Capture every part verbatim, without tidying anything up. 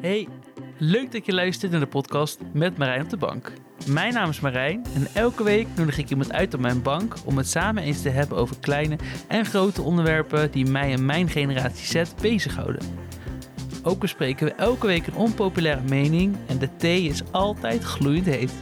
Hey, leuk dat je luistert naar de podcast met Marijn op de bank. Mijn naam is Marijn en elke week nodig ik iemand uit op mijn bank om het samen eens te hebben over kleine en grote onderwerpen die mij en mijn generatie Z bezighouden. Ook bespreken we elke week een onpopulaire mening en de thee is altijd gloeiend heet.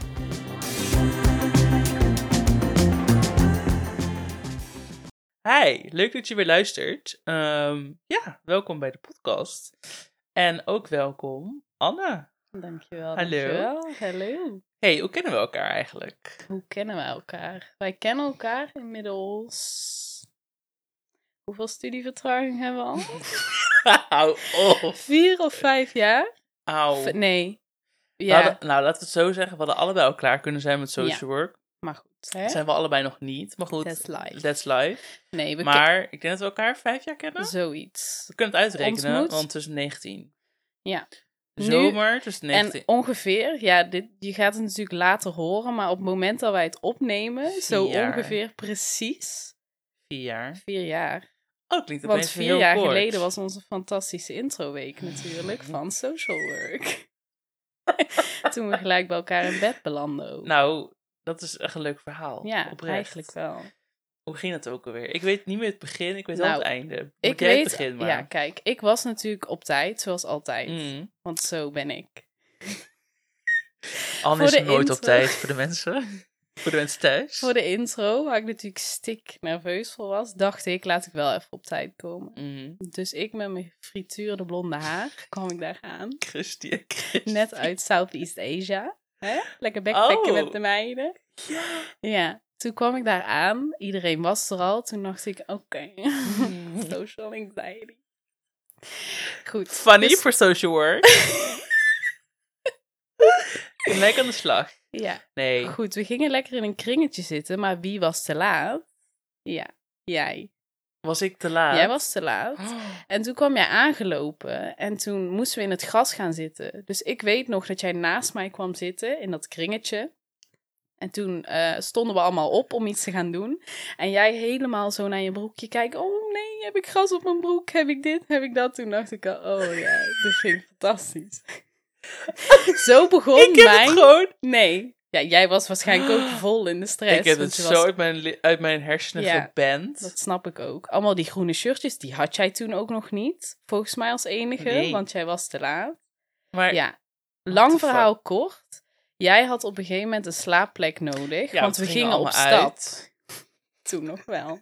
Hi, leuk dat je weer luistert. Um, ja, welkom bij de podcast. En ook welkom, Anne. Dankjewel. Hallo. Dankjewel. Hallo. Hey, hoe kennen we elkaar eigenlijk? Hoe kennen we elkaar? Wij kennen elkaar inmiddels... Hoeveel studievertraging hebben we al? Hou op. Vier of vijf jaar? Auw. V- nee. We Ja, hadden- nou, laten we het zo zeggen. We hadden allebei al klaar kunnen zijn met social work. maar goed. Hè? Dat zijn we allebei nog niet. Maar goed, That's life. that's life. Nee, we Maar ik denk dat we elkaar vijf jaar kennen. kennen zoiets. We kunnen het uitrekenen, Ontmoet. want tussen negentien. Ja. Zomer tussen negentien. En ongeveer, ja, dit, je gaat het natuurlijk later horen, maar op het moment dat wij het opnemen, zo Vier jaar. ongeveer precies Vier jaar. vier jaar. Oh, dat klinkt Want opeens vier heel jaar kort. geleden was onze fantastische introweek natuurlijk van social work. Toen we gelijk bij elkaar in bed belanden ook. Nou, dat is echt een leuk verhaal. ja, Oprecht. eigenlijk wel. Hoe ging het ook alweer? Ik weet niet meer het begin, ik weet wel Nou, het einde. Moet Ik jij weet, het begin maar. ja, kijk, ik was natuurlijk op tijd, zoals altijd. Mm. Want zo ben ik. Anne Voor is de nooit op intro. tijd voor de mensen. voor de mensen thuis. Voor de intro, waar ik natuurlijk stik nerveus voor was, dacht ik, laat ik wel even op tijd komen. Mm. Dus ik met mijn frituurde blonde haar kwam ik daar aan. Christie en Christie. Net uit Southeast Asia. Hè? Lekker backpacken Oh. met de meiden. Ja. Ja, toen kwam ik daar aan. Iedereen was er al. Toen dacht ik, oké, social anxiety. Goed. Funny dus- voor social work. Lekker aan de slag. Ja, Nee. goed. We gingen lekker in een kringetje zitten, maar wie was te laat? Ja, jij. Was ik te laat? Jij was te laat. Oh. En toen kwam jij aangelopen en toen moesten we in het gras gaan zitten. Dus ik weet nog dat jij naast mij kwam zitten in dat kringetje. En toen eh, stonden we allemaal op om iets te gaan doen. En jij helemaal zo naar je broekje kijken. Oh nee, heb ik gras op mijn broek? Heb ik dit? Heb ik dat? Toen dacht ik al, oh ja, dit vind ik fantastisch. Zo begon Ik heb mijn... het gewoon... Nee. Ja, jij was waarschijnlijk ook vol in de stress. Ik heb want het je zo was- uit mijn, li- uit mijn hersenen Ja, geband. Dat snap ik ook. Allemaal die groene shirtjes, die had jij toen ook nog niet. Volgens mij als enige, Nee. want jij was te laat. Maar Ja, lang the verhaal kort. Jij had op een gegeven moment een slaapplek nodig, Ja, want we we gingen, gingen op allemaal stap. uit. Toen nog wel.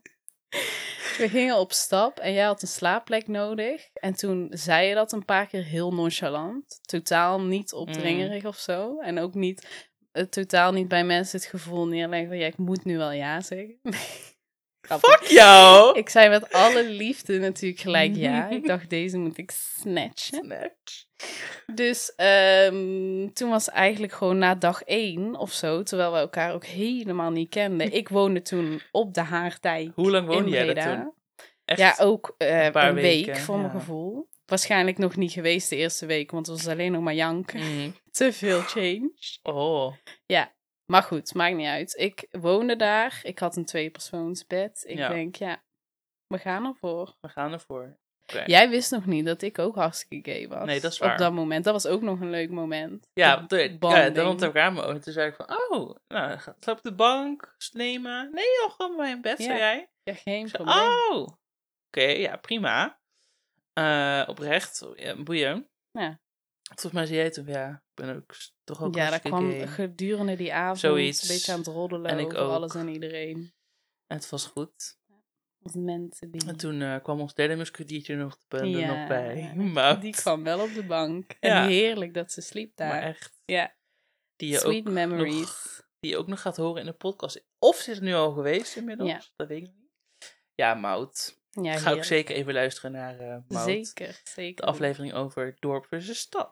We gingen op stap en jij had een slaapplek nodig. En toen zei je dat een paar keer heel nonchalant. Totaal niet opdringerig of zo. En ook niet, eh, totaal niet bij mensen het gevoel neerleggen van ja, ik moet nu wel ja zeggen. Grappig. Fuck jou! Ik zei met alle liefde natuurlijk gelijk ja. Ik dacht, deze moet ik snatchen. Snatch. Dus ehm, toen was eigenlijk gewoon na dag één of zo, terwijl we elkaar ook helemaal niet kenden. Ik woonde toen op de Haardijk Hoe lang in woonde jij Breda. daar toen? Echt? Ja, ook eh, een paar een week weken, voor mijn ja. gevoel. Waarschijnlijk nog niet geweest de eerste week, want het was alleen nog maar janken. Mm. Te veel change. Oh. Maar goed, maakt niet uit. Ik woonde daar. Ik had een tweepersoonsbed. Ik Ja. denk, ja, we gaan ervoor. We gaan ervoor. Oké. Jij wist nog niet dat ik ook hartstikke gay was. Nee, dat is waar. Op dat moment. Dat was ook nog een leuk moment. Ja, De want de- ja, bonding. dan op elkaar me over. Toen zei ik van, oh, nou, ga- slaap op de bank, nemen. Nee joh, gewoon bij mijn bed, Ja. zei jij. Ja, geen Ik zei, probleem. oh, oké, ja, prima. Eh, oprecht, ja, boeien. Ja. Volgens mij zei jij toen, ja, ik ben ook s- toch ook Ja, dat hartstikke kwam gay. gedurende die avond Zoiets. een beetje aan het roddelen En ik over ook. alles en iedereen. En het was goed. Als mensen die... En toen eh, kwam ons derde musketier nog, er Ja, nog bij. Maar, die kwam wel op de bank. Ja. En heerlijk dat ze sliep daar. maar echt, Ja, die je, sweet ook memories. nog, die je ook nog gaat horen in de podcast. Of ze is er nu al geweest inmiddels, Ja. dat weet ik niet. Ja, Mout. Ja, Ga ook heerlijk. zeker even luisteren naar eh Mout. Zeker, zeker. De aflevering over dorp versus stad.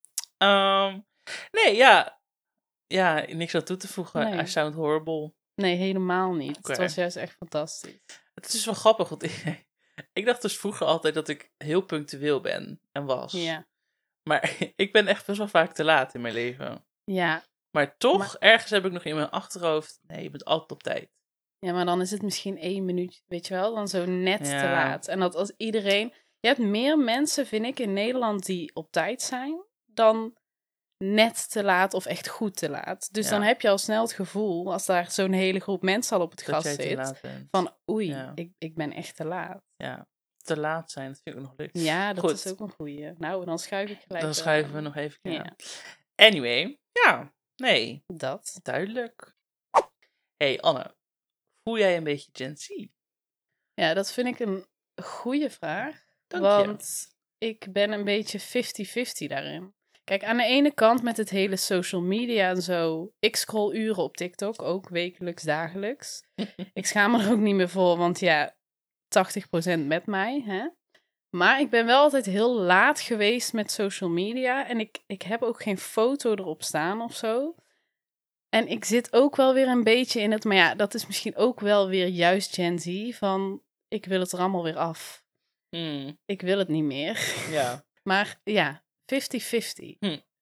Ehm, nee, ja. Ja, niks aan toe te voegen. Nee. I sound horrible. Nee, helemaal niet. Oké. Het was juist echt fantastisch. Het is dus wel grappig, want ik, ik dacht dus vroeger altijd dat ik heel punctueel ben en was. Ja. Maar ik ben echt best wel vaak te laat in mijn leven. Ja. Maar toch, Maar- ergens heb ik nog in mijn achterhoofd, nee, je bent altijd op tijd. Ja, maar dan is het misschien één minuut, weet je wel, dan zo net Ja. te laat. En dat als iedereen... Je hebt meer mensen, vind ik, in Nederland die op tijd zijn dan net te laat of echt goed te laat. Dus Ja. dan heb je al snel het gevoel, als daar zo'n hele groep mensen al op het Dat gas jij te zit, laat bent. van oei, Ja. ik, ik ben echt te laat. Ja, te laat zijn, dat vind ik ook nog leuk. Ja, dat Goed. is ook een goeie. Nou, dan schuif ik gelijk Dan weer schuiven we aan. nog even Ja. aan. Anyway, ja, nee, Dat. duidelijk. Hey Anne, voel jij een beetje Gen Z? Ja, dat vind ik een goede vraag. Dank je. Want ik ben een beetje fifty-fifty daarin. Kijk, aan de ene kant met het hele social media en zo. Ik scroll uren op TikTok, ook wekelijks, dagelijks. Ik schaam me er ook niet meer voor, want ja, tachtig procent met mij, hè. Maar ik ben wel altijd heel laat geweest met social media. En ik, ik heb ook geen foto erop staan of zo. En ik zit ook wel weer een beetje in het... Maar ja, dat is misschien ook wel weer juist Gen Z. Van, ik wil het er allemaal weer af. Hmm, Ik wil het niet meer. ja. Maar ja, fifty-fifty.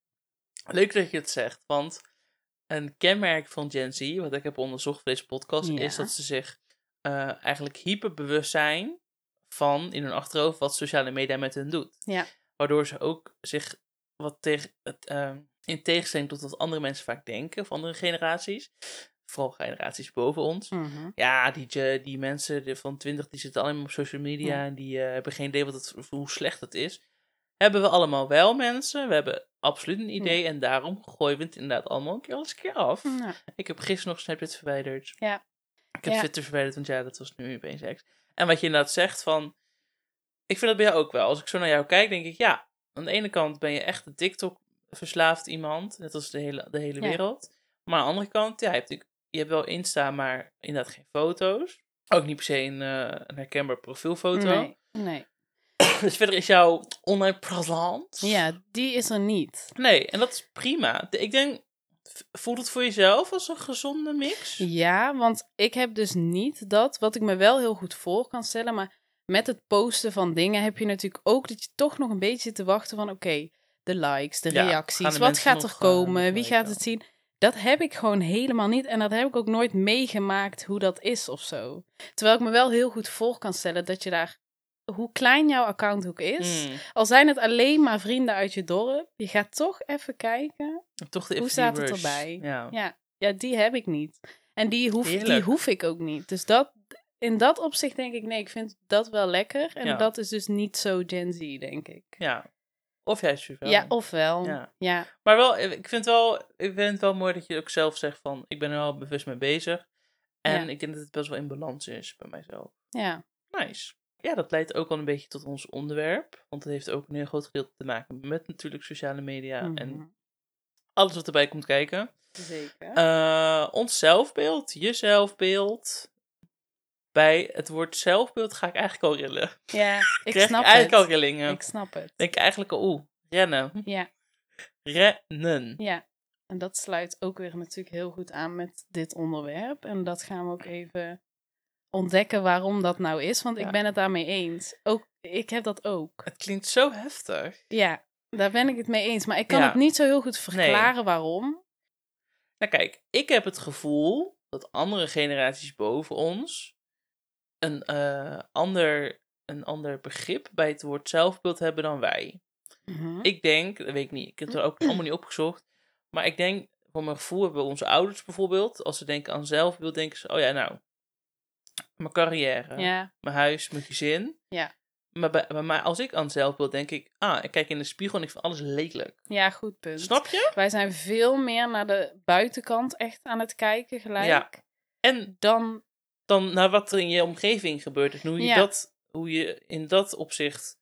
Leuk dat je het zegt, want een kenmerk van Gen Z, wat ik heb onderzocht voor deze podcast, Ja. is dat ze zich uh, eigenlijk hyperbewust zijn van in hun achterhoofd wat sociale media met hen doet. Ja. Waardoor ze ook zich wat tegen het, uh, in tegenstelling tot wat andere mensen vaak denken, of andere generaties, vooral generaties boven ons. Mm-hmm. Ja, die, die mensen van twintig, die zitten alleen maar op social media Ja. en die uh, hebben geen idee wat het, hoe slecht het is. Hebben we allemaal wel, mensen. We hebben absoluut een idee ja. en daarom gooien we het inderdaad allemaal een keer, alles een keer af. Ja. Ik heb gisteren nog Snapchat verwijderd. Ja. Ik heb ja. Twitter verwijderd, want ja, dat was nu opeens ex. En wat je inderdaad zegt van... Ik vind dat bij jou ook wel. Als ik zo naar jou kijk, denk ik, ja, aan de ene kant ben je echt een TikTok-verslaafd iemand. Net als de hele, de hele ja. wereld. Maar aan de andere kant, ja, je hebt, je hebt wel Insta, maar inderdaad geen foto's. Ook niet per se een, uh, een herkenbaar profielfoto. Nee, nee. Dus verder is jouw online presence. Ja, die is er niet. Nee, en dat is prima. Ik denk, voelt het voor jezelf als een gezonde mix? Ja, want ik heb dus niet dat, wat ik me wel heel goed voor kan stellen, maar met het posten van dingen heb je natuurlijk ook dat je toch nog een beetje zit te wachten van, oké, okay, de likes, de ja, reacties, de wat gaat er komen, wie gaat het zien? Dat heb ik gewoon helemaal niet en dat heb ik ook nooit meegemaakt hoe dat is of zo. Terwijl ik me wel heel goed voor kan stellen dat je daar, hoe klein jouw account ook is, mm. al zijn het alleen maar vrienden uit je dorp, je gaat toch even kijken, toch de hoe staat rush. het erbij? Ja. Ja, ja, die heb ik niet. En die hoef, die hoef ik ook niet. Dus dat, in dat opzicht denk ik, nee, ik vind dat wel lekker. En ja. dat is dus niet zo Gen Z, denk ik. Ja, of juist wel. Ja, ofwel. Ja. ja. Maar wel, ik vind, wel, ik vind het wel mooi dat je ook zelf zegt van, ik ben er wel bewust mee bezig. En ja. ik denk dat het best wel in balans is bij mijzelf. Ja. Nice. Ja, dat leidt ook wel een beetje tot ons onderwerp. Want het heeft ook een heel groot gedeelte te maken met natuurlijk sociale media. Mm-hmm. En alles wat erbij komt kijken. Zeker. Uh, ons zelfbeeld, je zelfbeeld. Bij het woord zelfbeeld ga ik eigenlijk al rillen. Ja, ik Krijg snap ik eigenlijk het. al rillingen. Ik snap het. Denk ik eigenlijk al, oeh, rennen. Ja. Rennen. Ja, en dat sluit ook weer natuurlijk heel goed aan met dit onderwerp. En dat gaan we ook even ontdekken waarom dat nou is. Want ja. ik ben het daarmee eens. Ook, ik heb dat ook. Het klinkt zo heftig. Ja, daar ben ik het mee eens. Maar ik kan ja. het niet zo heel goed verklaren nee. waarom. Nou kijk, ik heb het gevoel dat andere generaties boven ons een, uh, ander, een ander begrip bij het woord zelfbeeld hebben dan wij. Mm-hmm. Ik denk, dat weet ik niet, ik heb het er ook allemaal niet opgezocht, maar ik denk, voor mijn gevoel hebben onze ouders bijvoorbeeld, als ze denken aan zelfbeeld, denken ze, oh ja, nou, mijn carrière, ja. mijn huis, mijn gezin. Ja. Maar, bij, maar als ik aan zelfbeeld denk ik, ah, ik kijk in de spiegel en ik vind alles lelijk. Ja, goed punt. Snap je? Wij zijn veel meer naar de buitenkant echt aan het kijken gelijk. Ja. En dan... dan naar wat er in je omgeving gebeurt. Dus hoe je, ja. dat, hoe je in dat opzicht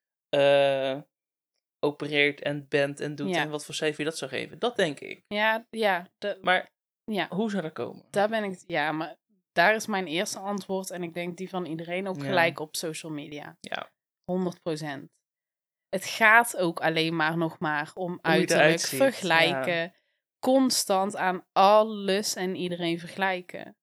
uh, opereert en bent en doet. Ja. En wat voor cijfer je dat zou geven. Dat denk ik. Ja, ja. De, maar ja. hoe zou dat komen? Daar ben ik... Ja, maar daar is mijn eerste antwoord. En ik denk die van iedereen ook ja. gelijk op social media. Ja. honderd procent. Het gaat ook alleen maar nog maar om uiterlijk, vergelijken. Ja. Constant aan alles en iedereen vergelijken.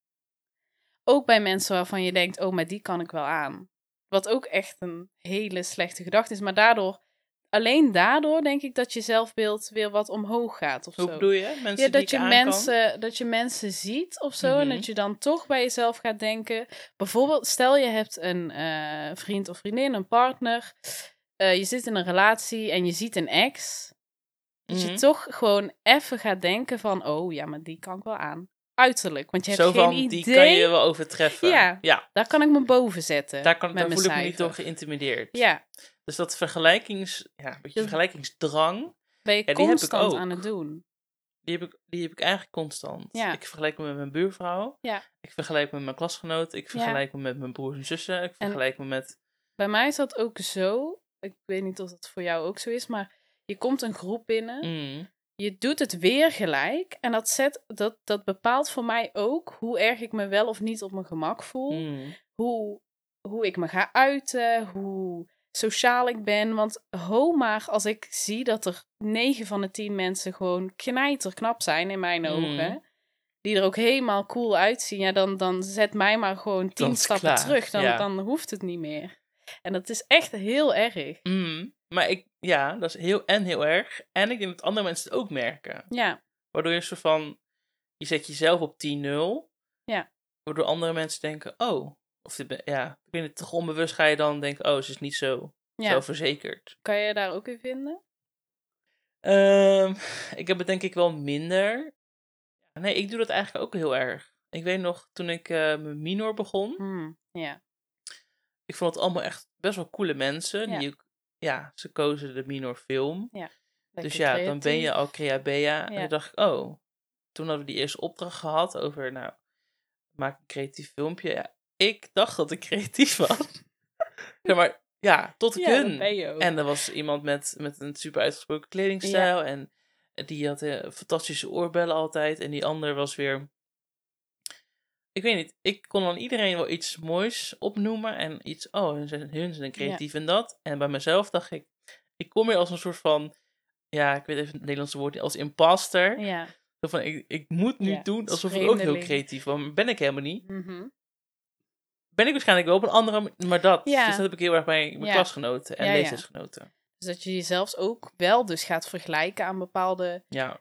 Ook bij mensen waarvan je denkt, oh, maar die kan ik wel aan. Wat ook echt een hele slechte gedachte is. Maar daardoor, alleen daardoor denk ik dat je zelfbeeld weer wat omhoog gaat of Hoe zo. bedoel je? Mensen Ja, die dat ik je, aan mensen, dat je mensen ziet of zo. En Mhm. dat je dan toch bij jezelf gaat denken. Bijvoorbeeld, stel je hebt een eh, vriend of vriendin, een partner. eh, je zit in een relatie en je ziet een ex. Dat Mhm. je toch gewoon even gaat denken van... Oh ja, maar die kan ik wel aan. Uiterlijk, want je hebt Zo geen van, idee. die kan je wel overtreffen. Ja. ja. Daar kan ik me boven zetten. Daar, kan, met daar mijn voel ik me niet cijfer. door geïntimideerd. Ja, Dus dat vergelijkings, ja, een beetje Dat- vergelijkingsdrang, ben je Ja, die heb ik constant ook. aan het doen. die heb ik, die heb ik eigenlijk constant. Ja. Ik vergelijk me met mijn buurvrouw. Ja. Ik vergelijk me met mijn klasgenoten. Ik vergelijk me met mijn broers en zussen. Ik vergelijk me met... Bij mij is dat ook zo. Ik weet niet of dat voor jou ook zo is, maar je komt een groep binnen. Mm, Je doet het weer gelijk. En dat, zet, dat, dat bepaalt voor mij ook hoe erg ik me wel of niet op mijn gemak voel. mm, Hoe, hoe ik me ga uiten. Hoe sociaal ik ben. Want ho maar als ik zie dat er negen van de tien mensen gewoon knijterknap zijn in mijn Mm. ogen. Die er ook helemaal cool uitzien. Ja, dan, dan zet mij maar gewoon tien Dan is het stappen klaar, terug. Dan, ja. dan hoeft het niet meer. En dat is echt heel erg. mm. Maar ik, ja, dat is heel en heel erg. En ik denk dat andere mensen het ook merken. Ja, Waardoor je een soort van... Je zet jezelf op tien nul. Ja. Waardoor andere mensen denken, oh... Of dit ben- ja, ik weet niet, toch onbewust ga je dan denken... Oh, ze is niet zo ja. zelfverzekerd. Kan je daar ook in vinden? Ehm, ik heb het denk ik wel minder. Nee, ik doe dat eigenlijk ook heel erg. Ik weet nog, toen ik eh, mijn minor begon... Hmm, ja. Ik vond het allemaal echt best wel coole mensen. Ja. Die ook, ja, ze kozen de minor film. Dus Lekker ja, dan ben je creatief. al creabea. En Ja. toen dacht ik, oh... Toen hadden we die eerste opdracht gehad over, nou... Maak een creatief filmpje. Ja, ik dacht dat ik creatief was. Ja, maar ja, tot ik Ja, dat hun. ben je ook. En er was iemand met, met een super uitgesproken kledingstijl. En die had eh, fantastische oorbellen altijd. En die ander was weer... Ik weet niet, ik kon dan iedereen wel iets moois opnoemen. En iets, oh, hun zijn, hun zijn creatief en dat. En bij mezelf dacht ik... Ik kom weer als een soort van... Ja, ik weet even het Nederlandse woord niet. Als imposter. Ja. Zo van, ik, ik moet nu Ja, doen als alsof ik ook heel vreemdeling. creatief was. Maar ben ik helemaal niet. Mhm. Ben ik waarschijnlijk wel op een andere manier, maar dat. Ja. Dus dat heb ik heel erg bij mijn Ja. klasgenoten en Ja, ja. leeftijdsgenoten. Dus dat je jezelf ook wel dus gaat vergelijken aan bepaalde Ja,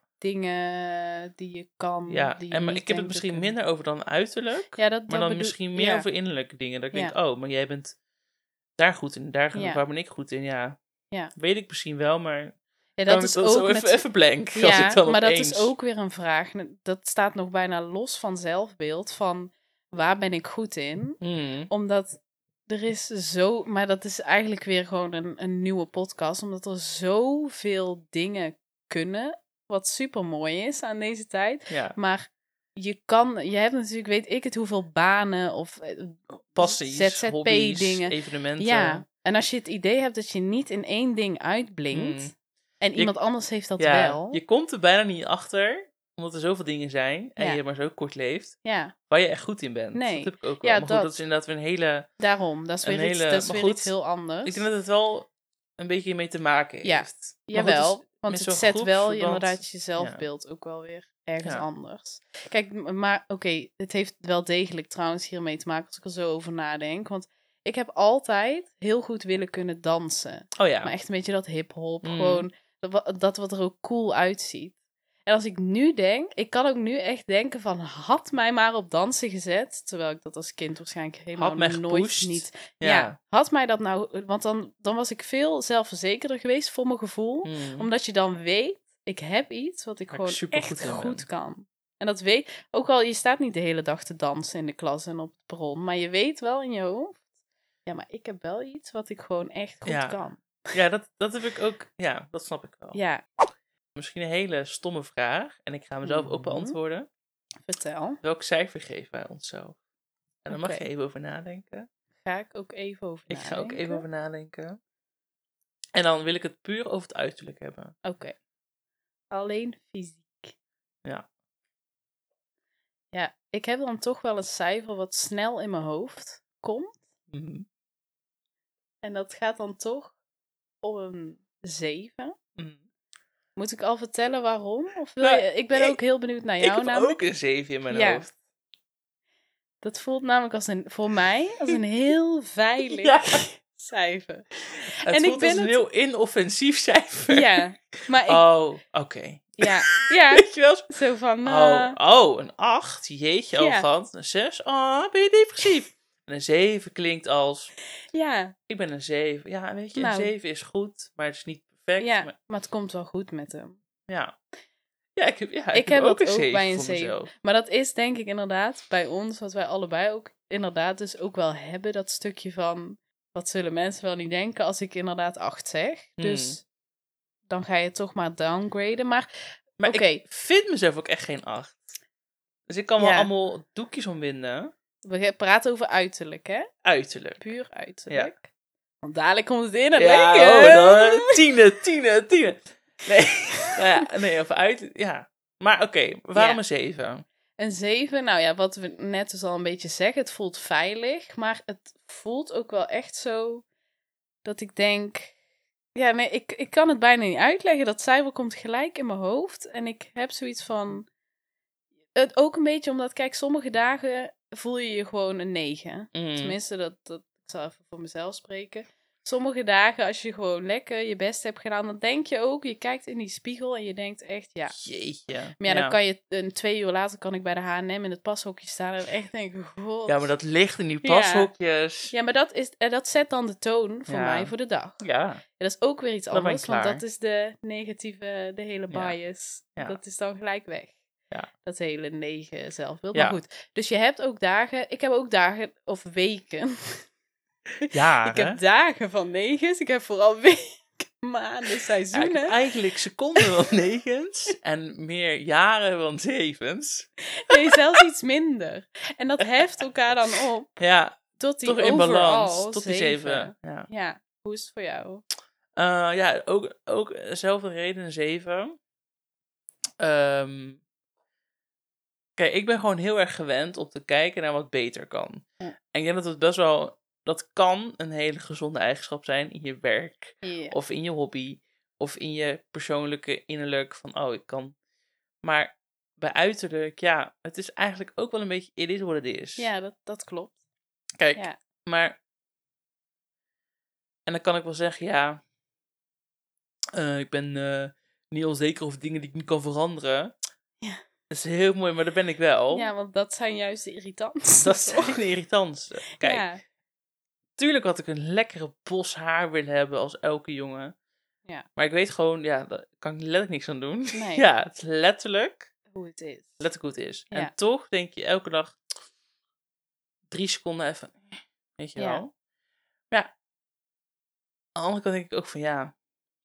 dingen die je kan. ja. Die je En, maar niet ik heb het denkt te misschien kunnen. minder over dan uiterlijk. Ja, dat, maar dat dan bedoel- misschien meer ja. over innerlijke dingen. Dat ik Ja. denk, oh, maar jij bent daar goed in. Daar Ja. waar ben ik goed in? Ja. Ja. Weet ik misschien wel, maar Ja, dan dat is dat ook zo even, met- even blank. als Ja, ik dan maar dat opeens... is ook weer een vraag. Dat staat nog bijna los van zelfbeeld. Van waar ben ik goed in? Hmm. Omdat er is zo... Maar dat is eigenlijk weer gewoon een, een nieuwe podcast. Omdat er zoveel dingen kunnen. Wat super mooi is aan deze tijd. Ja, Maar je kan... Je hebt natuurlijk, weet ik het, hoeveel banen of eh, passies, Z Z hobby's, P-dingen. evenementen. Ja, en als je het idee hebt dat je niet in één ding uitblinkt... Hmm. En Je- iemand anders heeft dat Ja, wel. je komt er bijna niet achter, omdat er zoveel dingen zijn en Ja. je maar zo kort leeft, Ja, waar je echt goed in bent. Nee. Dat heb ik ook Ja, wel. Maar goed, dat. dat is inderdaad weer een hele... daarom. Dat is Een weer, iets, hele- dat is maar weer goed, iets heel anders. Ik denk dat het wel een beetje mee te maken Ja, heeft. Maar goed, Jawel, dus want met het zo'n zet wel je groepsverband- inderdaad je zelfbeeld ook wel weer ergens Ja. anders. Kijk, m- maar oké, het heeft wel degelijk trouwens hiermee te maken als ik er zo over nadenk. Want ik heb altijd heel goed willen kunnen dansen. Oh ja. Maar echt een beetje dat hip-hop, Mm. gewoon dat, wa- dat wat er ook cool uitziet. En als ik nu denk, ik kan ook nu echt denken van, had mij maar op dansen gezet. Terwijl ik dat als kind waarschijnlijk helemaal Had mij nooit gepusht. niet... Ja. Ja. had mij dat nou... Want dan, dan was ik veel zelfverzekerder geweest voor mijn gevoel. Mm. Omdat je dan weet, ik heb iets wat ik Waar ik gewoon supergoed echt in ben. goed kan. En dat weet... Ook al, je staat niet de hele dag te dansen in de klas en op het perron. Maar je weet wel in je hoofd, ja, maar ik heb wel iets wat ik gewoon echt goed Ja. kan. Ja, dat, dat heb ik ook... Ja, dat snap ik wel. Ja, Misschien een hele stomme vraag. En ik ga mezelf ook Mhm. beantwoorden. vertel. Welk cijfer geven wij onszelf? En daar mag Oké. je even over nadenken. Ga ik ook even over Ik ga ook nadenken. even over nadenken. En dan wil ik het puur over het uiterlijk hebben. Oké. Alleen fysiek. Ja. Ja, ik heb dan toch wel een cijfer wat snel in mijn hoofd komt. Mhm. En dat gaat dan toch om een zeven. Mhm. Moet ik al vertellen waarom? Of wil Nou, je... Ik ben ik- ook heel benieuwd naar Ik jou heb namelijk. ook een zeven in mijn Ja. hoofd. Dat voelt namelijk als een, voor mij als een heel veilig Ja. cijfer. Het En ik voelt ben als een het- heel inoffensief cijfer. Ja, maar ik... Oh, oké. Okay. Ja, ja, Weet je wel? zo van... Oh, eh, oh, een acht. Jeetje, Ja. arrogant. Een zes. Oh, ben je depressief? En een zeven klinkt als... ja, Ik ben een zeven. Ja, weet je, een Nou. zeven is goed, maar het is niet perfect. ja, Maar, maar het komt wel goed met hem. ja. Ja, ik heb, ja, ik Ik heb heb ook het een ook zeven bij een voor zeven. mezelf. Maar dat is denk ik inderdaad bij ons, wat wij allebei ook inderdaad dus ook wel hebben, dat stukje van, wat zullen mensen wel niet denken als ik inderdaad acht zeg. Hmm. Dus dan ga je toch maar downgraden. Maar, Maar oké, ik vind mezelf ook echt geen acht. Dus ik kan wel Ja. allemaal doekjes omwinden. we praten over uiterlijk, hè? Uiterlijk. Puur uiterlijk. Want dadelijk komt het innerlijk. Ja, hè? oh, dan, tienen, tienen, tienen. Nee, nou ja, nee, over uit, ja. Maar oké, okay, waarom Ja. een zeven? Een zeven, nou ja, wat we net dus al een beetje zeggen, het voelt veilig, maar het voelt ook wel echt zo dat ik denk, ja, nee, ik, ik kan het bijna niet uitleggen. Dat cijfer komt gelijk in mijn hoofd en ik heb zoiets van, het ook een beetje omdat, kijk, sommige dagen voel je je gewoon een negen. Mm. Tenminste, dat, dat, ik zal even voor mezelf spreken. Sommige dagen, als je gewoon lekker je best hebt gedaan, dan denk je ook, je kijkt in die spiegel en je denkt echt, ja. Jeetje. Maar ja, dan kan je, een twee uur later kan ik bij de H en M in het pashokje staan en echt denken, god. Ja, maar dat ligt in die Ja. pashokjes. Ja. Ja, maar dat, is, eh, dat zet dan de toon voor Ja. mij voor de dag. Ja. Ja, dat is ook weer iets Dan ben ik anders, want klaar. dat is de negatieve, de hele Ja. bias. Ja. Dat is dan gelijk weg. Ja. Dat hele negen zelfbeeld. Ja. Maar goed, dus je hebt ook dagen, ik heb ook dagen of weken. Ja, ik heb dagen van negens, ik heb vooral weken, maanden, ik heb seizoenen. eigenlijk seconden van negens en meer jaren van zevens. Nee, zelfs iets minder. En dat heft elkaar dan op Ja, tot die toch in overall balans. Tot die zeven. zeven. Ja, Ja, hoe is het voor jou? Uh, ja ook, ook dezelfde reden, een zeven. Um, kijk, ik ben gewoon heel erg gewend om te kijken naar wat beter kan. Ja. En ik denk dat het best wel... Dat kan een hele gezonde eigenschap zijn in je werk. Ja. Of in je hobby. Of in je persoonlijke innerlijk. Van, oh, ik kan... Maar bij uiterlijk, ja, het is eigenlijk ook wel een beetje... It is what it is. Ja, dat, dat klopt. Kijk, Ja. maar... En dan kan ik wel zeggen, ja... Uh, ik ben uh, niet onzeker over dingen die ik niet kan veranderen. Ja. Dat is heel mooi, maar dat ben ik wel. Ja, want dat zijn juist de irritantste. Dat is echt de irritantste. Kijk, Ja. tuurlijk had ik een lekkere bos haar willen hebben als elke jongen. Ja. Maar ik weet gewoon, ja, daar kan ik letterlijk niks aan doen. Nee. Ja, het is letterlijk, Hoe het is. letterlijk hoe het is. Ja. En toch denk je elke dag drie seconden even, weet je Ja. wel. Maar ja, aan de andere kant denk ik ook van, ja,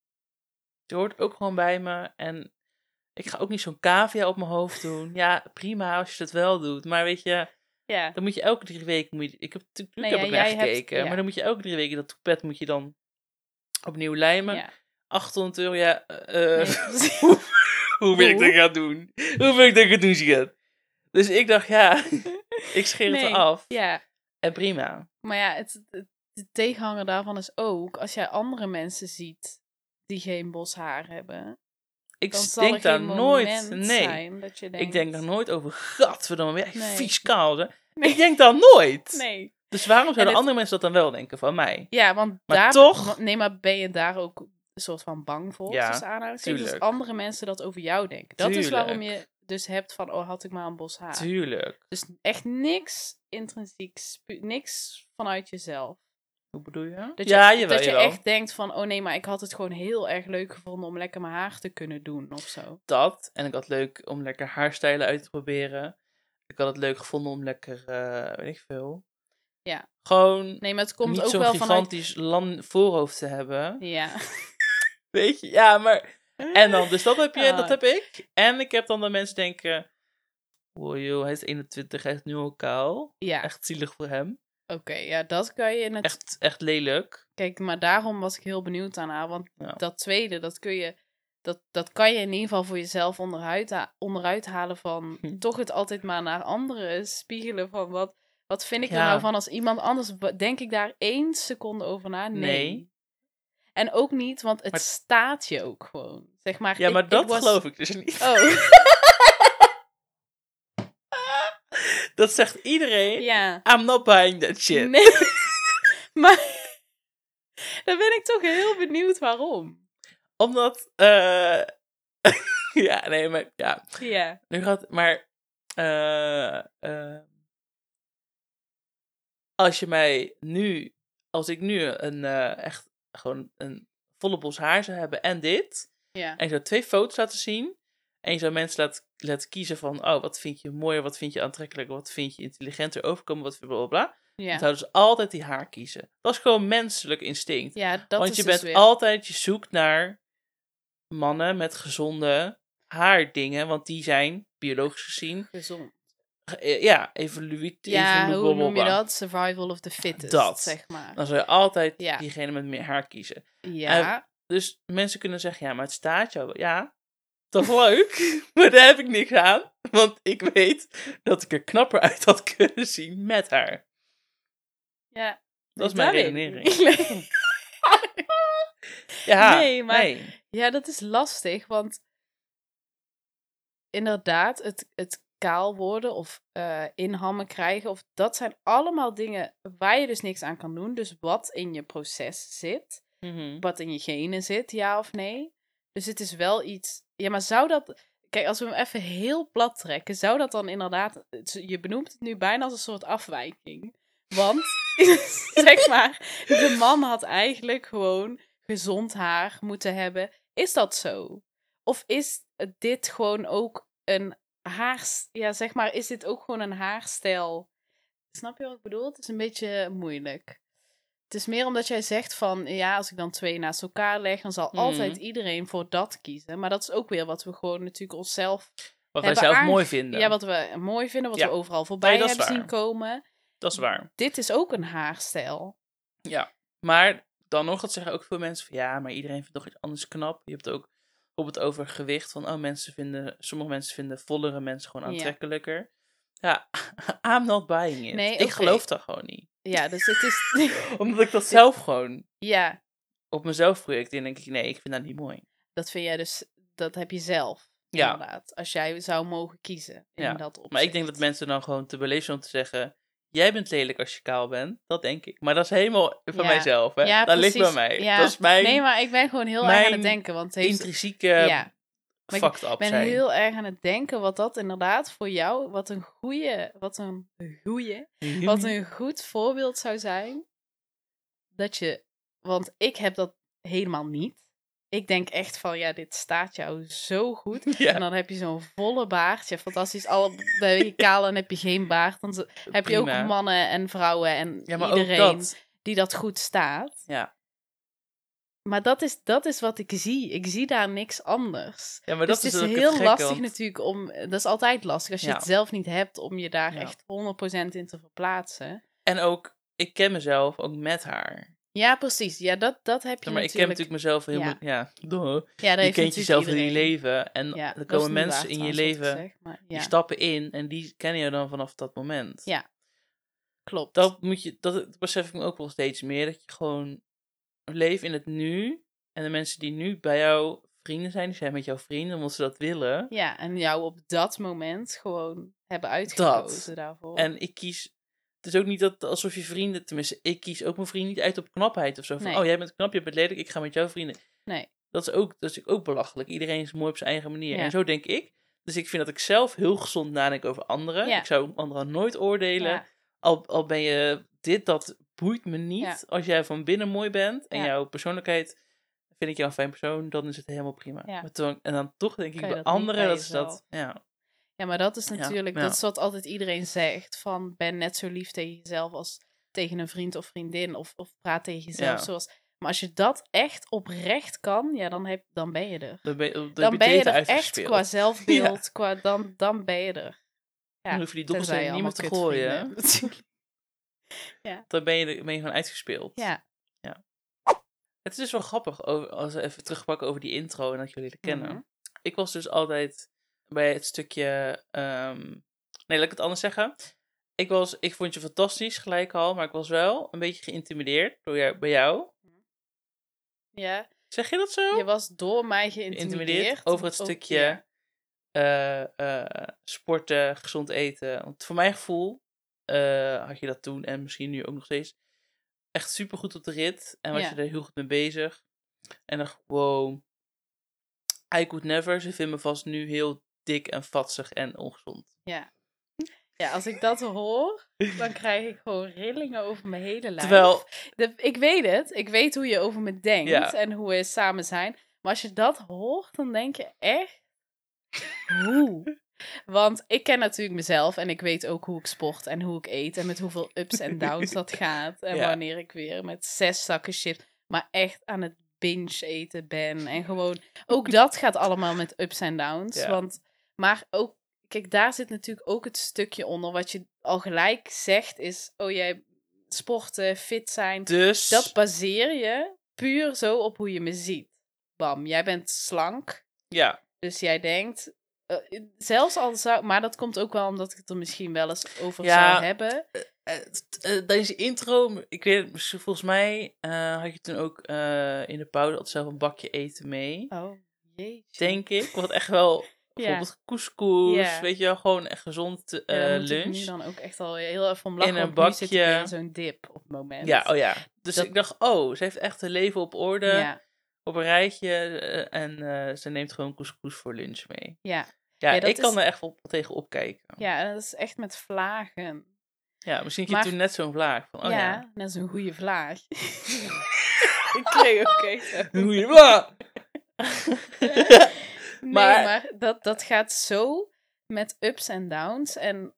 je hoort ook gewoon bij me en ik ga ook niet zo'n cavia op mijn hoofd doen. Ja, prima als je dat wel doet. Maar weet je, Ja. dan moet je elke drie weken... Moet je, ik heb natuurlijk Nee, heb ja, ik naar jij hebt- gekeken. ja. Maar dan moet je elke drie weken dat toepet moet je dan opnieuw lijmen. Ja. achthonderd euro, ja. eh, Nee, precies. hoe, hoe wil ik Hoe? dat gaan doen? Hoe wil ik dat gaan doen, Siget? Dus ik dacht, ja, ik scheer het Nee. eraf. Ja. En prima. Maar ja, het, het, de tegenhanger daarvan is ook, als jij andere mensen ziet die geen bos haar hebben, Ik dan zal denk er daar geen nooit... moment Nee, zijn dat je denkt... ik denk daar nooit over. Gadverdamme, weer echt Nee. vies kaal. Hè? Nee. Ik denk daar nooit. Nee. Dus waarom zouden het- andere mensen dat dan wel denken van mij? Ja, want Maar daar... toch- Nee, maar ben je daar ook een soort van bang voor? Ja, tussen aanhalingstekens, als tuurlijk. andere mensen dat over jou denken. Dat is Tuurlijk. waarom je dus hebt van, oh, had ik maar een bos haar. Tuurlijk. Dus echt niks intrinsieks, pu- niks vanuit jezelf. Hoe bedoel je? Dat je, ja, jawel, dat je jawel. echt denkt van, oh nee, maar ik had het gewoon heel erg leuk gevonden om lekker mijn haar te kunnen doen of zo. Dat. En ik had het leuk om lekker haarstijlen uit te proberen. Ik had het leuk gevonden om lekker, eh weet ik veel. Ja. Gewoon Nee, maar het komt niet ook zo'n wel vanuit... gigantisch lan voorhoofd te hebben. Ja. Weet je? Ja, maar... En dan, dus dat heb je, Ah. dat heb ik. En ik heb dan dat mensen denken... Wow, joh, hij is eenentwintig, hij is nu al kaal. Ja, Echt zielig voor hem. oké. Ja, dat kan je in het... Echt, echt lelijk. Kijk, maar daarom was ik heel benieuwd aan haar. Want Ja. dat tweede, dat kun je... Dat, dat kan je in ieder geval voor jezelf onderuit, ha- onderuit halen van... Hm. toch het altijd maar naar anderen spiegelen van wat... Wat vind ik er Ja. nou van als iemand anders... Denk ik daar één seconde over na? Nee. Nee. En ook niet, want het Maar- staat je ook gewoon. Zeg maar, Ja, ik- maar ik dat was- geloof ik dus niet. Oh, Dat zegt iedereen. ja. I'm not buying that shit. Nee. maar, Dan ben ik toch heel benieuwd waarom. Omdat, uh... ja, nee, maar, ja. Ja. Nu gaat, maar, uh, uh... als je mij nu, als ik nu een, uh, echt, gewoon een volle bos haar zou hebben en dit, Ja. en je zou twee foto's laten zien, en je zou mensen laten, laten kiezen van, oh, wat vind je mooier, wat vind je aantrekkelijker, wat vind je intelligenter overkomen, wat bla bla bla. Ja. Dan zouden ze altijd die haar kiezen. Dat is gewoon menselijk instinct. Ja, dat Want is je dus bent weer... altijd, je zoekt naar mannen met gezonde haardingen, want die zijn, biologisch gezien, gezond. Ja, evolutie. Ja, evolu- hoe noem je blablabla. dat? Survival of the fittest, Dat. zeg maar. Dan zou je altijd Ja. diegene met meer haar kiezen. Ja. Uh, dus mensen kunnen zeggen, ja, maar het staat jou. Ja, toch leuk, maar daar heb ik niks aan. Want ik weet dat ik er knapper uit had kunnen zien met haar. Ja. Dat is Nee, mijn dat weet redenering. ik niet. Ja, Nee, maar- nee. Ja, dat is lastig, want inderdaad, het, het kaal worden of uh, inhammen krijgen, of dat zijn allemaal dingen waar je dus niks aan kan doen. Dus wat in je proces zit, Mhm. wat in je genen zit, ja of nee. Dus het is wel iets... Ja, maar zou dat... Kijk, als we hem even heel plat trekken, zou dat dan inderdaad... Je benoemt het nu bijna als een soort afwijking. Want, zeg maar, de man had eigenlijk gewoon gezond haar moeten hebben. Is dat zo? Of is dit gewoon ook een haar... Ja, zeg maar, is dit ook gewoon een haarstijl? Snap je wat ik bedoel? Het is een beetje moeilijk. Het is meer omdat jij zegt van, ja, als ik dan twee naast elkaar leg, dan zal Mhm. altijd iedereen voor dat kiezen. Maar dat is ook weer wat we gewoon natuurlijk onszelf Wat wij hebben zelf aange- mooi vinden. Ja, wat we mooi vinden, wat Ja. we overal voorbij Nee, dat is hebben waar. zien komen. Dat is waar. Dit is ook een haarstijl. Ja, maar dan nog, dat zeggen ook veel mensen van, ja, maar iedereen vindt toch iets anders knap. Je hebt ook bijvoorbeeld over gewicht van, oh, mensen vinden, sommige mensen vinden vollere mensen gewoon Ja. aantrekkelijker. Ja, I'm not buying it. Nee, Ik oké. geloof dat gewoon niet. Ja, dus het is... Omdat ik dat zelf gewoon ja, op mezelf projecteer, denk ik, nee, ik vind dat niet mooi. dat vind jij dus... Dat heb je zelf, Ja. inderdaad. Als jij zou mogen kiezen in Ja, dat opzicht. Maar ik denk dat mensen dan gewoon te beleefd zijn om te zeggen, jij bent lelijk als je kaal bent. Dat denk ik. Maar dat is helemaal van Ja. mijzelf, hè. Ja, dat ligt bij precies. mij. Ja. Dat is mijn Nee, maar ik ben gewoon heel erg aan mijn het denken. Want het heeft... intrinsieke Ja. Maar fucked up Ik ben zijn. heel erg aan het denken wat dat inderdaad voor jou, wat een goede, wat een goeie, wat een goed voorbeeld zou zijn. Dat je, want ik heb dat helemaal niet. Ik denk echt van, ja, dit staat jou zo goed. Ja. En dan heb je zo'n volle baard. Ja, fantastisch. Al ben je kaal en heb je geen baard. Dan z- heb je ook Prima. mannen en vrouwen en Ja, maar iedereen ook dat. die dat goed staat. Ja. Maar dat is, dat is wat ik zie. Ik zie daar niks anders. Ja, maar Dus dat het is is ook heel het gekke, lastig want- natuurlijk om... Dat is altijd lastig als je Ja. het zelf niet hebt om je daar Ja. echt honderd procent in te verplaatsen. En ook, ik ken mezelf ook met haar. Ja, precies. Ja, dat, dat heb je Ja, maar ik ken natuurlijk... natuurlijk mezelf heel... Ja. Ja, ja duh. Ja, dat Je heeft kent natuurlijk jezelf in je iedereen. leven. En Ja, er dat is komen niet mensen waar in je trouwens, wat ik leven, zeg, maar die ja, stappen in en die kennen je dan vanaf dat moment. Ja. klopt. Dat moet je, dat besef ik me ook wel steeds meer. Dat je gewoon leeft in het nu. En de mensen die nu bij jou vrienden zijn, die zijn met jouw vrienden, omdat ze dat willen. Ja, en jou op dat moment gewoon hebben uitgekozen daarvoor. En ik kies... Het is ook niet dat alsof je vrienden... Tenminste, ik kies ook mijn vrienden niet uit op knapheid of zo. Van, Nee. oh, jij bent knap, je bent lelijk, ik ga met jouw vrienden. Nee. Dat is ook, dat is ook belachelijk. Iedereen is mooi op zijn eigen manier. Ja. En zo denk ik. Dus ik vind dat ik zelf heel gezond nadenk over anderen. Ja. Ik zou anderen nooit oordelen. Ja. Al, al ben je dit, dat boeit me niet. Ja. Als jij van binnen mooi bent en Ja. jouw persoonlijkheid... Vind ik jou een fijn persoon, dan is het helemaal prima. Ja. Maar toen, en dan toch denk ik Kan je bij dat niet anderen, bij dat is dat... Ja. Ja, maar dat is Ja, natuurlijk, ja. dat is wat altijd iedereen zegt. Van, ben net zo lief tegen jezelf als tegen een vriend of vriendin. Of, of praat tegen jezelf Ja. zoals... Maar als je dat echt oprecht kan, ja, dan, heb, dan ben je er. Dan ben, dan Dan heb ben je data er echt uitgespeeld. qua zelfbeeld, qua, dan, dan ben je er. Ja, Dan hoef je die tenzij dobbelsteen je niet meer te allemaal gooien. kutvrienden hebt, natuurlijk. Dan ben je, er- ben je gewoon uitgespeeld. Ja. Het is dus wel grappig, over, als we even terugpakken over die intro en dat jullie leren kennen. Mhm. Ik was dus altijd bij het stukje... ehm, Nee, laat ik het anders zeggen. Ik, was, ik vond je fantastisch, gelijk al, maar ik was wel een beetje geïntimideerd door jou, bij jou. Ja, Zeg je dat zo? je was door mij Geïntimideerd geïntimideerd. over het Ook- stukje ja. eh, eh, sporten, gezond eten. Want voor mijn gevoel eh, had je dat toen en misschien nu ook nog steeds echt super goed op de rit. En was Ja. je er heel goed mee bezig. En dacht, wow, I could never. Ze vinden me vast nu heel dik en vatsig en ongezond. Ja. Ja, als ik dat hoor, dan krijg ik gewoon rillingen over mijn hele lijf. Terwijl, De, ik weet het. Ik weet hoe je over me denkt Ja. en hoe we samen zijn. Maar als je dat hoort, dan denk je echt... Hoe? Want ik ken natuurlijk mezelf en ik weet ook hoe ik sport en hoe ik eet en met hoeveel ups en downs dat gaat. En Ja. wanneer ik weer met zes zakken chips, maar echt aan het binge eten ben. En gewoon, ook dat gaat allemaal met ups en downs. Ja. Want, maar ook, kijk, daar zit natuurlijk ook het stukje onder wat je al gelijk zegt is, oh jij sporten, fit zijn. dus... Dat baseer je puur zo op hoe je me ziet. Bam, jij bent slank. Ja, Dus jij denkt, uh, zelfs al zou, maar dat komt ook wel omdat ik het er misschien wel eens over Ja. zou hebben. uh, uh, deze intro, ik weet het, volgens mij uh, had je toen ook uh, in de pauze altijd zelf een bakje eten mee. Oh, jeetje. Denk ik. Wat echt wel, bijvoorbeeld couscous, Ja. weet je wel, gewoon echt gezond uh, Ja, daar moet lunch. ik nu dan ook echt al heel even om lachen, In een want nu zit ik bakje. weer in zo'n dip op het moment. Ja, oh ja. Dus Dat- ik dacht, oh, ze heeft echt haar leven op orde, Ja, op een rijtje uh, en uh, ze neemt gewoon couscous voor lunch mee. ja. Ja, Ja, dat ik kan is- er echt wel tegen opkijken. Ja, en dat is echt met vlagen. Ja, misschien had je Maar- toen net zo'n vlaag van, oh ja, ja. net zo'n goede vlaag. ik kreeg ook echt zo. Goeie vlaag! Nee, Maar- maar, dat, dat gaat zo met ups en downs. En,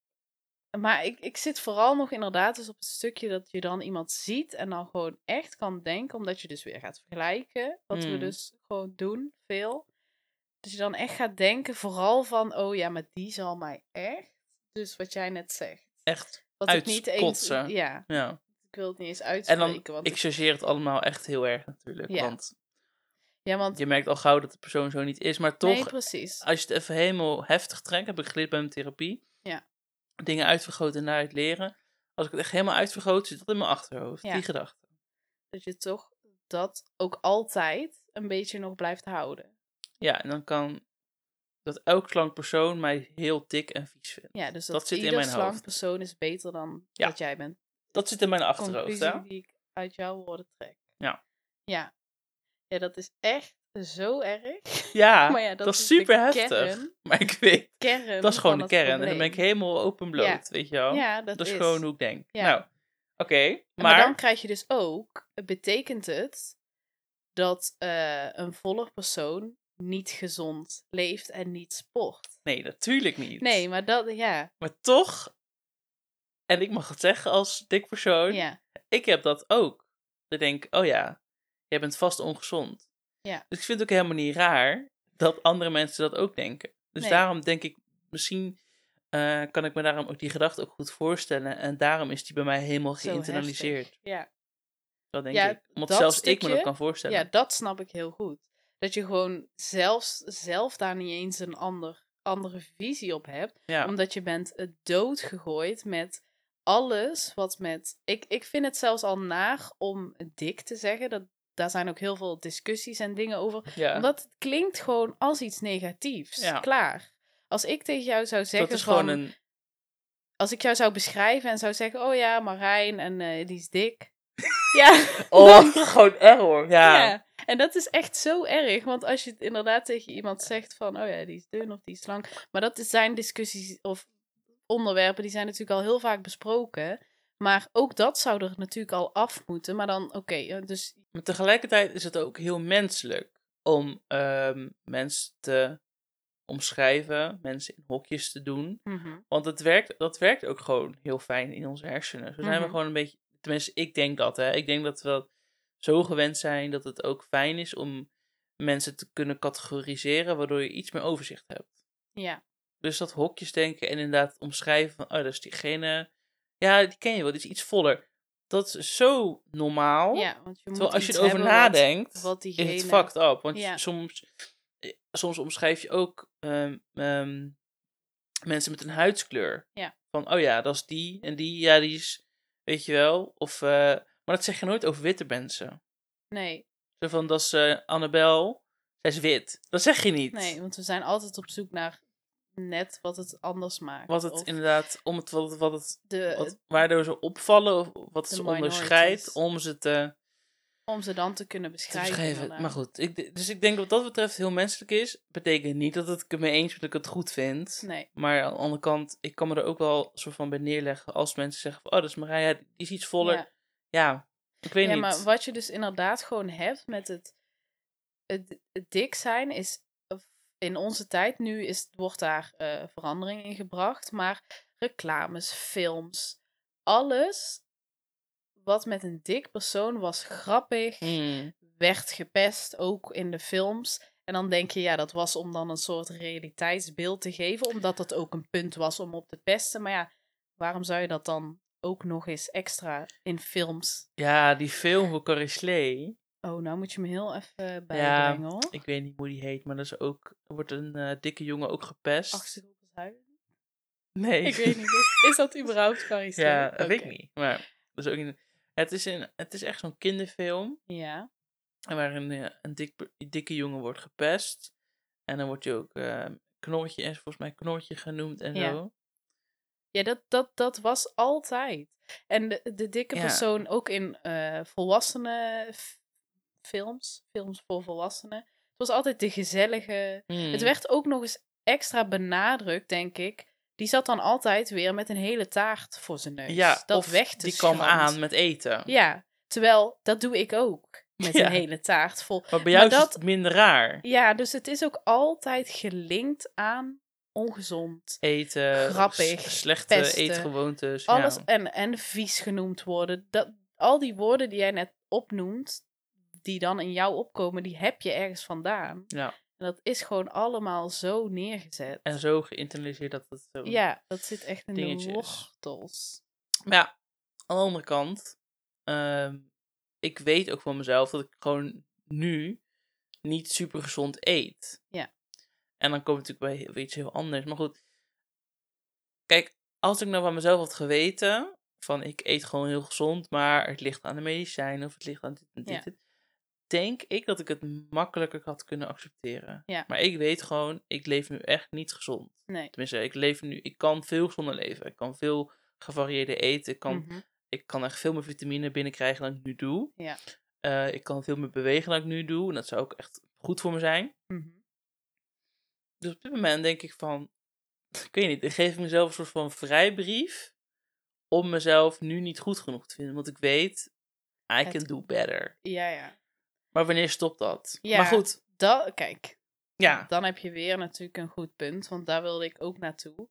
maar ik, ik zit vooral nog inderdaad dus op het stukje dat je dan iemand ziet en dan gewoon echt kan denken, omdat je dus weer gaat vergelijken, wat we Mm. dus gewoon doen, veel. Dus je dan echt gaat denken, vooral van, oh ja, maar die zal mij echt, dus wat jij net zegt. Echt Wat ik niet eens, uitskotsen. ja, Ja. ik wil het niet eens En uitspreken. dan, want ik het- chargeer het allemaal echt heel erg natuurlijk. Ja. Want ja, want, je merkt al gauw dat de persoon zo niet is. Maar toch, nee, precies. als je het even helemaal heftig trekt, heb ik geleerd bij mijn therapie. Ja. Dingen uitvergroten naar het leren. Als ik het echt helemaal uitvergroot, zit dat in mijn achterhoofd. Ja. Die gedachte. Dat je toch dat ook altijd een beetje nog blijft houden. Ja, en dan kan dat elk slank persoon mij heel dik en vies vindt. Ja, dus dat, Dat zit in ieder mijn slank hoofd. persoon is beter dan Ja. dat jij bent. Dat zit in mijn achterhoofd, Conclusie hè? die ik uit jouw woorden trek. Ja. Ja. Ja, dat is echt zo erg. Ja, Maar ja, dat, dat is is de super heftig. kern. Maar ik weet, Kern dat is gewoon van de het kern. En dan ben ik probleem. helemaal open bloot, Ja. weet je wel? Ja, dat, Dat is is. gewoon hoe ik denk. Ja. Nou, oké. Maar, maar, dan krijg je dus ook, betekent het dat eh, een volle persoon niet gezond leeft en niet sport. nee, natuurlijk niet. Nee, maar dat, ja. Maar toch, en ik mag het zeggen als dik persoon, Ja, ik heb dat ook. Ik denk, oh ja, jij bent vast ongezond. Ja. Dus ik vind het ook helemaal niet raar dat andere mensen dat ook denken. Dus Nee. daarom denk ik, misschien eh, kan ik me daarom ook die gedachte ook goed voorstellen. En daarom is die bij mij helemaal zo geïnternaliseerd. heftig. Ja. Dat denk Ja, ik. Omdat dat zelfs ik me stukje, dat kan voorstellen. Ja, dat snap ik heel goed. Dat je gewoon zelfs, zelf daar niet eens een ander, andere visie op hebt. Ja. Omdat je bent eh, doodgegooid met alles wat met... Ik, ik vind het zelfs al naar om dik te zeggen. Dat, daar zijn ook heel veel discussies en dingen over. Ja. Omdat het klinkt gewoon als iets negatiefs. Ja. Klaar. Als ik tegen jou zou zeggen dat is van... gewoon een... Als ik jou zou beschrijven en zou zeggen... Oh ja, Marijn en eh, die is dik. Ja. Oh, gewoon error. Ja. Ja, en dat is echt zo erg. Want als je het inderdaad tegen iemand zegt van... Oh ja, die is dun of die is slank. Maar dat zijn discussies of onderwerpen... die zijn natuurlijk al heel vaak besproken. Maar ook dat zou er natuurlijk al af moeten. Maar dan, oké, okay, dus... Maar tegelijkertijd is het ook heel menselijk om ehm, mensen te omschrijven, mensen in hokjes te doen. mhm, Want het werkt, dat werkt ook gewoon heel fijn in onze hersenen. Zo zijn we Mhm. gewoon een beetje, tenminste ik denk dat, hè. Ik denk dat we dat zo gewend zijn dat het ook fijn is om mensen te kunnen categoriseren, waardoor je iets meer overzicht hebt. Ja, Dus dat hokjes denken en inderdaad omschrijven van, oh, dat is diegene, ja, die ken je wel, die is iets voller. Dat is zo normaal. ja, want je moet Terwijl als je iets erover hebben wat- nadenkt, wat is diegene... het fucked up. Want Ja. soms, eh, soms omschrijf je ook ehm, ehm, mensen met een huidskleur. Ja. Van, oh ja, dat is die en die, ja, die is, weet je wel. Of, eh, maar dat zeg je nooit over witte mensen. Nee, Zo van, dat is eh, Annabel, zij is wit. Dat zeg je niet. nee, want we zijn altijd op zoek naar net wat het anders maakt. Wat het of inderdaad, om het, wat het, wat het de, wat, waardoor ze opvallen, of wat de ze minorities. onderscheidt, om ze te, Om ze dan te kunnen te beschrijven. beschrijven. inderdaad. Maar goed, ik, dus ik denk wat dat betreft heel menselijk is. Betekent niet dat het ik het mee eens ben dat ik het goed vind. Nee. Maar aan de andere kant, ik kan me er ook wel soort van bij neerleggen als mensen zeggen van, oh, dat is Marija, die is iets voller. Ja, Ja. ik weet ja, niet. maar wat je dus inderdaad gewoon hebt met het, het, het dik zijn is... In onze tijd nu is, wordt daar uh, verandering in gebracht. Maar reclames, films, alles wat met een dik persoon was grappig, Hmm. werd gepest, ook in de films. En dan denk je, ja, dat was om dan een soort realiteitsbeeld te geven. Omdat dat ook een punt was om op te pesten. Maar ja, waarom zou je dat dan ook nog eens extra in films? Ja, die film van Carrie Slee. Oh, nou moet je me heel even Ja, bijbrengen, hoor. ik weet niet hoe die heet, maar dat is ook, er wordt een uh, dikke jongen ook gepest. Achtergrond huilen? Nee. Ik weet niet. Is dat überhaupt Carrie Slee? Ja, dat Oké. weet ik niet. Maar dat is ook niet. Het is, een, het is echt zo'n kinderfilm. Ja. En waarin uh, een dik, dikke jongen wordt gepest. En dan wordt hij ook uh, Knorretje, en volgens mij Knorretje genoemd en Ja. zo. Ja, dat, dat, dat was altijd. En de, de dikke Ja. persoon ook in uh, volwassenen f- films, films voor volwassenen. Het was altijd de gezellige. Hmm. Het werd ook nog eens extra benadrukt, denk ik. Die zat dan altijd weer met een hele taart voor zijn neus. Ja, dat of weg te die kwam schrand. aan met eten. Ja, terwijl dat doe ik ook. Met Ja. een hele taart vol. Maar bij jou Maar is dat- het minder raar. Ja, dus het is ook altijd gelinkt aan ongezond. Eten, Grappig, s- slechte pesten, eetgewoontes. Alles Ja. en, en vies genoemd worden. Dat, al die woorden die jij net opnoemt, die dan in jou opkomen, die heb je ergens vandaan. Ja. En dat is gewoon allemaal zo neergezet. En zo geïnternaliseerd dat het zo... Ja, dat zit echt in Dingetje de is. wortels. Maar ja, aan de andere kant, ehm, ik weet ook van mezelf dat ik gewoon nu niet super gezond eet. Ja. En dan kom ik natuurlijk bij heel- iets heel anders. Maar goed, kijk, als ik nou van mezelf had geweten, van ik eet gewoon heel gezond, maar het ligt aan de medicijnen of het ligt aan dit en dit, Ja. dit, denk ik dat ik het makkelijker had kunnen accepteren. Ja. Maar ik weet gewoon, ik leef nu echt niet gezond. Nee. Tenminste, ik leef nu, ik kan veel gezonder leven. Ik kan veel gevarieerder eten. Ik kan, Mhm. ik kan echt veel meer vitamine binnenkrijgen dan ik nu doe. Ja. Uh, ik kan veel meer bewegen dan ik nu doe. En dat zou ook echt goed voor me zijn. Mhm. Dus op dit moment denk ik van, ik weet niet, ik geef mezelf een soort van vrijbrief om mezelf nu niet goed genoeg te vinden. Want ik weet, I Het- can do better. Ja, ja. Maar wanneer stopt dat? Ja. Maar goed, Dat, kijk, ja. dan heb je weer natuurlijk een goed punt, want daar wilde ik ook naartoe.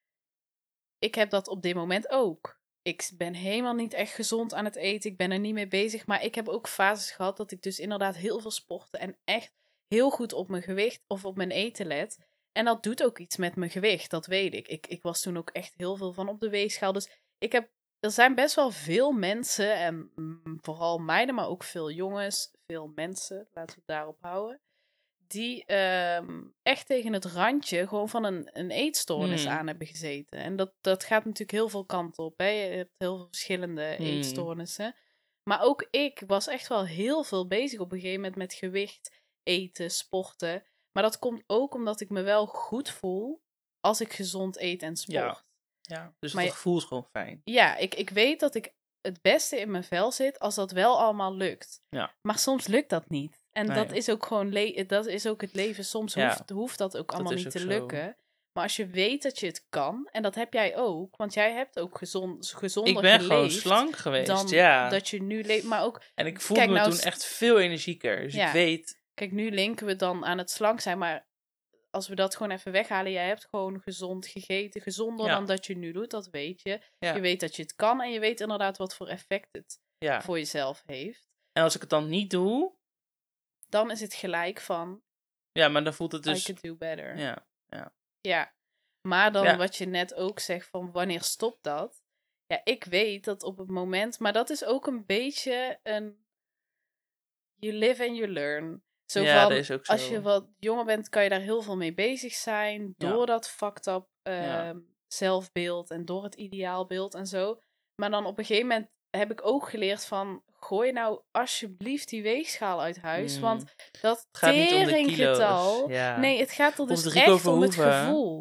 Ik heb dat op dit moment ook. Ik ben helemaal niet echt gezond aan het eten. Ik ben er niet mee bezig. Maar ik heb ook fases gehad dat ik dus inderdaad heel veel sportte en echt heel goed op mijn gewicht of op mijn eten let. En dat doet ook iets met mijn gewicht, dat weet ik. Ik, ik was toen ook echt heel veel van op de weegschaal. Dus ik heb, er zijn best wel veel mensen, en mm, vooral meiden, maar ook veel jongens, veel mensen, laten we het daarop houden, die ehm, echt tegen het randje gewoon van een, een eetstoornis Hmm. aan hebben gezeten. En dat, dat gaat natuurlijk heel veel kanten op. Hè? Je hebt heel veel verschillende Hmm. eetstoornissen. Maar ook ik was echt wel heel veel bezig op een gegeven moment met gewicht, eten, sporten. Maar dat komt ook omdat ik me wel goed voel als ik gezond eet en sport. Ja. ja. Dus Maar het je- gevoel is gewoon fijn. Ja, ik, ik weet dat ik het beste in mijn vel zit als dat wel allemaal lukt. Ja. Maar soms lukt dat niet. En Nee. dat is ook gewoon le- dat is ook het leven. Soms Ja. hoeft, hoeft dat ook allemaal is niet ook te zo. lukken. Maar als je weet dat je het kan, en dat heb jij ook, want jij hebt ook gezond, gezonder Ik ben gewoon geleefd slank geweest, dan ja. dat je nu leeft. Maar ook, En ik voelde Kijk, me nou toen is- echt veel energieker. Dus Ja. ik weet, kijk, nu linken we dan aan het slank zijn, maar als we dat gewoon even weghalen, jij hebt gewoon gezond gegeten, gezonder Ja. dan dat je nu doet, dat weet je. Ja. Je weet dat je het kan en je weet inderdaad wat voor effect het ja. voor jezelf heeft. En als ik het dan niet doe, Dan is het gelijk van, ja, maar dan voelt het I dus... could do better. Ja, Ja, maar dan Ja. wat je net ook zegt van wanneer stopt dat? Ja, ik weet dat op het moment, maar dat is ook een beetje een you live and you learn. Zo ja van, dat is ook zo. als je wat jonger bent, kan je daar heel veel mee bezig zijn. Ja. Door dat fucked up Ja. ehm, zelfbeeld en door het ideaalbeeld en zo. Maar dan op een gegeven moment heb ik ook geleerd van, gooi nou alsjeblieft die weegschaal uit huis. Mm. Want dat Het gaat niet om de kilo's. teringgetal... Ja. Nee, het gaat er Of dus het Rico echt om het Verhoeven. gevoel.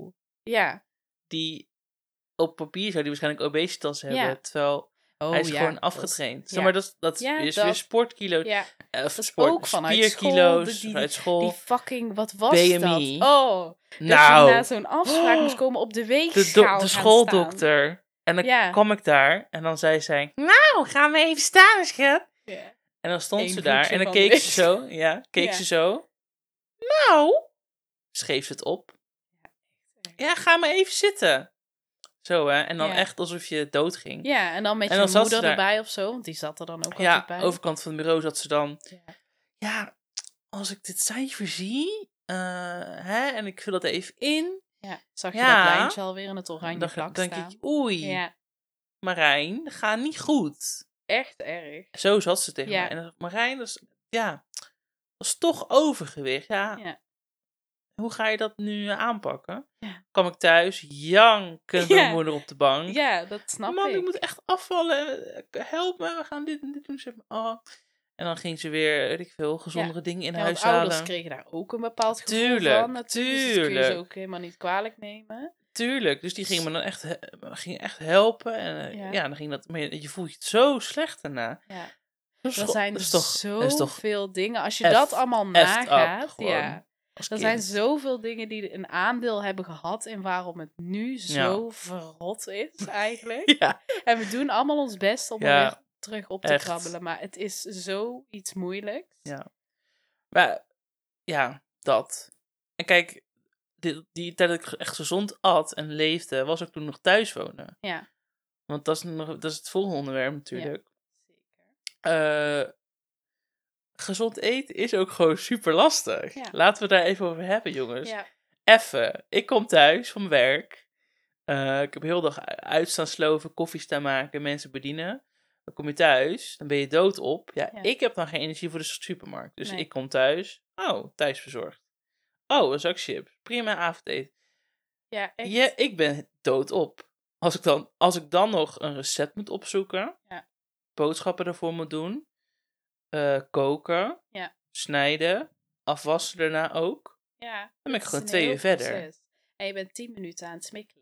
Ja. Die op papier zou die waarschijnlijk obesitas hebben. Ja. Terwijl Oh, hij is ja, gewoon dat afgetraind. is- Zeg maar, dat, is- dat Ja, is dat- weer sportkilo. Ja, Uh, dat is sport, ook vanuit spierkilo's school, die- uit school. die fucking, wat was B M I. dat? Oh, dat nou, je na zo'n afspraak moest komen op de de, weegschaal do- gaan de staan. schooldokter. En dan Ja. kwam ik daar en dan zei zij... Nou, gaan we even staan, schat. Ja. En dan stond Eén ze daar voetje en dan van keek de ze zo. Ja, keek Ja. ze zo. Nou, schreef ze het op. Ja, ga maar even zitten. Zo hè, en dan Ja. echt alsof je dood ging. Ja, en dan met En je dan zat ze moeder daar. erbij of zo, want die zat er dan ook Ja, altijd bij. overkant van het bureau zat ze dan. Ja. Ja, als ik dit cijfer zie, uh, hè, en ik vul dat even in, Ja, zag je Ja. dat lijntje alweer in het oranje dan vlak denk staan? ik, oei, Ja, Marijn, dat gaat niet goed. echt erg. Zo zat ze tegen Ja. mij. En dan dacht ik, Marijn, dat is, ja, dat is toch overgewicht. Ja, Ja. hoe ga je dat nu uh, aanpakken? Ja. Kwam ik thuis, jankend Ja. mijn moeder op de bank. Ja, dat snap Mam, ik. ik moet echt afvallen. Help me, we gaan dit en dit doen. Ze zei, oh. En dan ging ze weer, weet ik veel, gezondere dingen in Ja, huis want ouders halen. kregen daar ook een bepaald gevoel Tuurlijk, van. Natuurlijk, dus dat kun je ze tuurlijk. ook helemaal niet kwalijk nemen. Tuurlijk, dus die gingen me dan echt, he- gingen echt helpen. En uh, ja. Ja. dan ging dat, maar je, je voelt je zo slecht daarna. Ja. Dat is Er toch- zijn dat is toch, dat is toch zoveel dingen. Als je F- dat allemaal effed up nagaat, gewoon, ja. als Er kind. zijn zoveel dingen die een aandeel hebben gehad in waarom het nu zo verrot is, eigenlijk. Ja, En we doen allemaal ons best om Ja, er weer terug op te echt. krabbelen. Maar het is zoiets moeilijks. ja. Maar ja, dat. En kijk, die, die tijd dat ik echt gezond at en leefde, was ik toen nog thuis wonen. Ja, Want dat is, nog, dat is het volgende onderwerp natuurlijk. zeker. Eh, gezond eten is ook gewoon super lastig. Ja. Laten we daar even over hebben, jongens. Ja, Even, ik kom thuis van werk. Eh, ik heb heel de dag uit staan sloven, koffie staan maken, mensen bedienen. Dan kom je thuis, dan ben je doodop. Ja, Ja. ik heb dan geen energie voor de supermarkt. Dus Nee. ik kom thuis. Oh, thuisverzorgd. Oh, een zak chips. Prima avondeten. ja echt. Ja, ik ben doodop. Als ik dan, als ik dan nog een recept moet opzoeken, Ja. boodschappen ervoor moet doen, eh, koken, Ja. snijden, afwassen daarna ook, Ja, dan ben ik het gewoon is twee een uur heel verder. proces. En je bent tien minuten aan het smikkelen.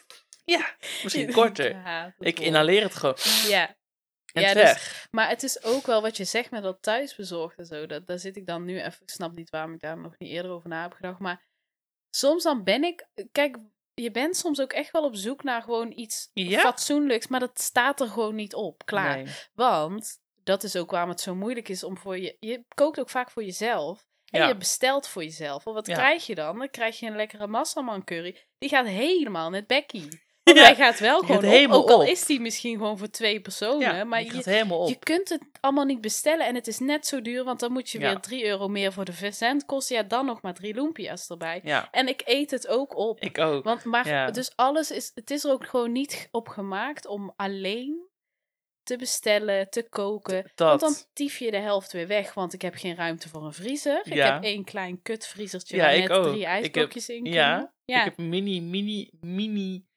Ja, misschien korter. Ja, dat Ik woord. inhaleer het gewoon. Ja, En Ja, het dus- weg. maar het is ook wel wat je zegt met dat thuisbezorgd en zo. Dat, daar zit ik dan nu even... Ik snap niet waarom ik daar nog niet eerder over na heb gedacht. Maar soms dan ben ik... Kijk, je bent soms ook echt wel op zoek naar gewoon iets Ja? fatsoenlijks. Maar dat staat er gewoon niet op. Klaar. Nee. Want dat is ook waarom het zo moeilijk is om voor je... Je kookt ook vaak voor jezelf. En Ja. je bestelt voor jezelf. Want wat Ja. krijg je dan? Dan krijg je een lekkere massaman curry. Die gaat helemaal met bekkie. Want Ja, hij gaat wel die gewoon gaat op. helemaal Ook al op. is die misschien gewoon voor twee personen. Ja, maar die je, gaat helemaal op. je kunt het allemaal niet bestellen en het is net zo duur, want dan moet je Ja. weer drie euro meer voor de verzendkosten. Ja, dan nog maar drie lumpia's erbij. Ja, En ik eet het ook op. ik ook. Want, maar, Ja. dus alles is, het is er ook gewoon niet op gemaakt om alleen te bestellen, te koken. Dat. Want dan tief je de helft weer weg, want ik heb geen ruimte voor een vriezer. Ik Ja. heb één klein kutvriezertje Ja, waar ik net ook. drie Ik heb- ijsblokjes in ja, kunnen. Ja, Ik heb een mini, mini, mini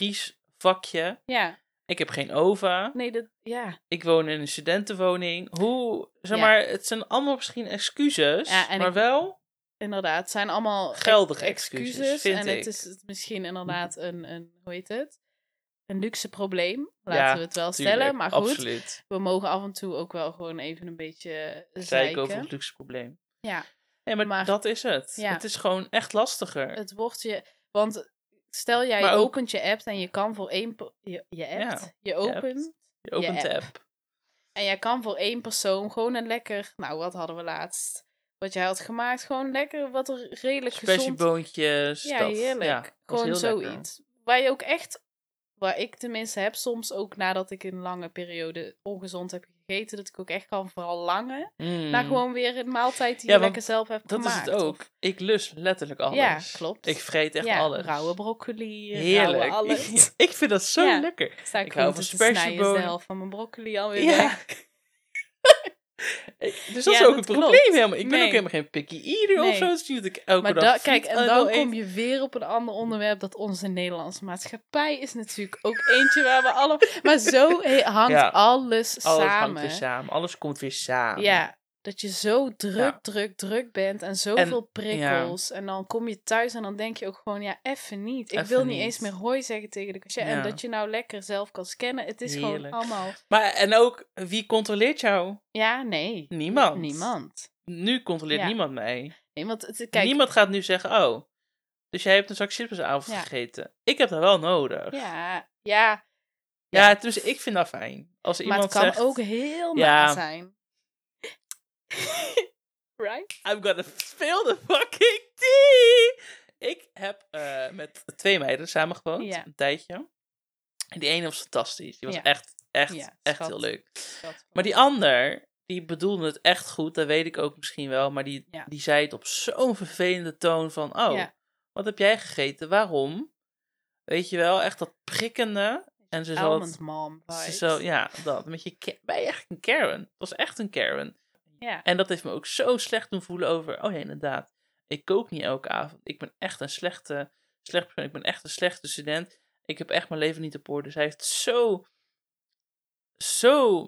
vriesvakje. ja. Ik heb geen oven. Nee, dat, ja. Ik woon in een studentenwoning. Hoe, zeg Ja. maar, het zijn allemaal misschien excuses, Ja, en maar ik- wel... Inderdaad, het zijn allemaal Geldige ex- excuses, vind en ik. het is misschien inderdaad een, een, hoe heet het? Een luxe probleem. Ja, Laten we het wel stellen. Tuurlijk, Maar goed, absoluut. we mogen af en toe ook wel gewoon even een beetje Zeiken zeiken. over het luxe probleem. Ja, Nee, maar, Maar- dat is het. Ja. Het is gewoon echt lastiger. het wordt je... Want stel jij Maar ook- opent je app en je kan voor één... per- Je, je appt, Ja, je appt. opent... Je opent de app. app. En jij kan voor één persoon gewoon een lekker... Nou, wat hadden we laatst? Wat jij had gemaakt, gewoon lekker wat er redelijk gezond... Spessieboontjes. Ja, dat. heerlijk. Ja, dat was Gewoon heel lekker. zoiets. Waar je ook echt, waar ik tenminste heb, soms ook nadat ik een lange periode ongezond heb gegeten, dat ik ook echt kan verlangen Mm. naar gewoon weer een maaltijd die Ja, je want lekker zelf hebt Dat gemaakt. is het ook. Of- Ik lus letterlijk alles. Ja, klopt. Ik vreet echt ja, alles. rauwe broccoli, Heerlijk. rauwe alles. Ik vind dat zo Ja. lekker. Sta ik, Ik gewoon hou te van snijden spersiebonen. zelf van mijn broccoli alweer Ja. weg. Ik- Dus dat Ja, is ook dat een probleem klopt. helemaal. Ik ben Nee. ook helemaal geen picky eater of Nee. zo. Het is niet dat ik elke Maar dag da- friet kijk, en wil dan eten. kom je weer op een ander onderwerp dat onze Nederlandse maatschappij is natuurlijk ook eentje waar we alle... Maar zo he- hangt Ja. alles, Alles samen. hangt weer samen. Alles komt weer samen. Ja, dat je zo druk, Ja. druk, druk bent en zoveel En- prikkels. En dan kom je thuis en dan denk je ook gewoon, ja, even niet. Ik Even wil niet niet. eens meer hoi zeggen tegen de cashier. En Ja. dat je nou lekker zelf kan scannen. Het is Heerlijk. gewoon allemaal... Maar en ook, wie controleert jou? Ja, nee. Niemand. Niemand. Nu controleert Ja. niemand mij. Nee, want het, kijk, Niemand gaat nu zeggen, oh, dus jij hebt een zak chips avond Ja. gegeten. Ik heb dat wel nodig. ja, ja, Ja, dus ik vind dat fijn. Als maar iemand het kan zegt, ook heel Ja. na zijn. Right? I'm gonna spill the fucking tea! Ik heb eh, met twee meiden samen gewoond, Ja. een tijdje. En die ene was fantastisch. Die was Ja. echt, echt, Ja, echt schat. heel leuk. Dat- Maar die ander, die bedoelde het echt goed, dat weet ik ook misschien wel. Maar die, Ja. die zei het op zo'n vervelende toon van, oh, Ja. wat heb jij gegeten? Waarom? Weet je wel, echt dat prikkende. En ze zat, Almond mom ze vibes. zo, ja, dat. Met je, Ka- ben je echt een Karen? Het was echt een Karen. Ja. En dat heeft me ook zo slecht doen voelen over, oh ja, inderdaad. Ik kook niet elke avond. Ik ben echt een slechte, slecht persoon. Ik ben echt een slechte student. Ik heb echt mijn leven niet op orde. Zij heeft zo, zo,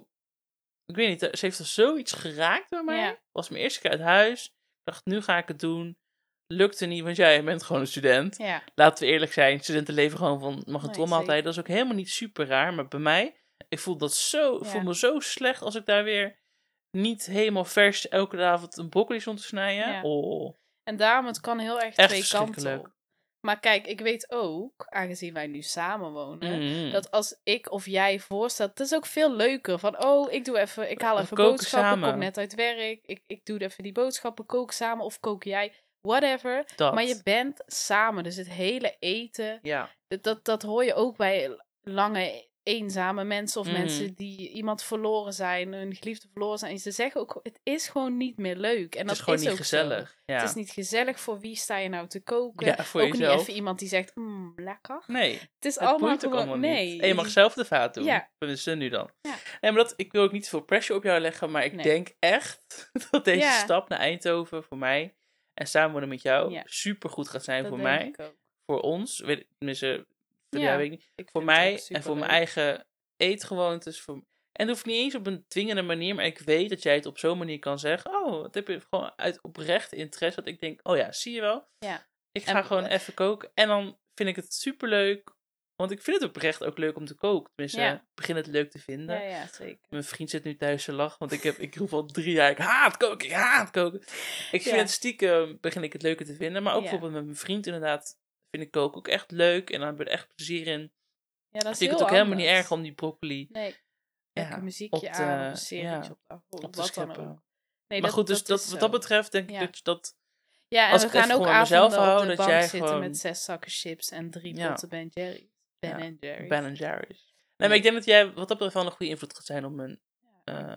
ik weet niet, ze heeft er zoiets geraakt bij mij. Ja. Was mijn eerste keer uit huis. Ik dacht, nu ga ik het doen. Lukte niet, want jij bent gewoon een student. Ja. Laten we eerlijk zijn, studenten leven gewoon van mag een Nee, trom altijd. zeker. Dat is ook helemaal niet super raar. Maar bij mij, ik voel dat zo, ik Ja. voel me zo slecht als ik daar weer niet helemaal vers elke avond een broccoli stond te snijden. Ja. Oh, En daarom, het kan heel erg Echt twee kanten verschrikkelijk. op. Maar kijk, ik weet ook, aangezien wij nu samen wonen, Mm. dat als ik of jij voorstelt, het is ook veel leuker. Van, oh, ik doe even, ik haal We even koken boodschappen, samen. kom net uit werk, ik, ik doe even die boodschappen, kook samen of kook jij, whatever. dat. Maar je bent samen, dus het hele eten, Ja, dat, dat, dat hoor je ook bij lange eenzame mensen of Mhm. mensen die iemand verloren zijn, hun geliefde verloren zijn. Ze zeggen ook, het is gewoon niet meer leuk. En het dat is gewoon niet ook zo. gezellig. Ja. Het is niet gezellig. Voor wie sta je nou te koken? Ja, voor ook jezelf. niet even iemand die zegt, mmm, lekker. Nee, Het is het allemaal boeit ook gewoon, allemaal nee. niet. En je mag zelf de vaat doen. Ja. Tenminste, nu dan. Ja. Nee, maar dat, ik wil ook niet veel pressure op jou leggen, maar ik Nee. denk echt dat deze Ja. stap naar Eindhoven voor mij en samenwonen met jou Ja. super goed gaat zijn Dat voor denk mij. ik ook. Voor ons, weet, tenminste, voor Ja, jou weet ik niet. Ik Voor vind het mij ook en voor mijn superleuk. eigen eetgewoontes. Voor... En het hoeft niet eens op een dwingende manier, maar ik weet dat jij het op zo'n manier kan zeggen. Oh, dat heb je gewoon uit oprechte interesse. Dat ik denk, oh ja, zie je wel. Ja. Ik ga En- gewoon even koken. En dan vind ik het superleuk. Want ik vind het oprecht ook leuk om te koken. Tenminste, Ja. ik begin het leuk te vinden. Ja, ja, zeker. Mijn vriend zit nu thuis te lachen, want ik, heb, ik roep al drie jaar, ik haat koken, ik haat koken. Ik vind Ja. het stiekem, begin ik het leuker te vinden. Maar ook Ja. bijvoorbeeld met mijn vriend inderdaad, vind ik koken ook echt leuk. En dan heb ik er echt plezier in. Ja, dat is vind ik heel het ook helemaal niet anders. erg om die broccoli Nee, ja, lekker op muziekje te- aan, of een serietje ja, op de achtergrond, op te wat dan scheppen. ook. Nee, Maar goed, dus dat, is wat zo. dat betreft denk ik Ja. dat je dat... Ja, en als we ik het gaan even ook gewoon aan mezelf avonden op hou, de dat bank jij zitten gewoon- met zes zakken chips en drie Ja. potten Ben Jerry's. Ben Ja. en Jerry's. Ben en Jerry's. Nee, maar ik denk dat jij wat dat betreft wel een goede invloed gaat zijn op mijn eh,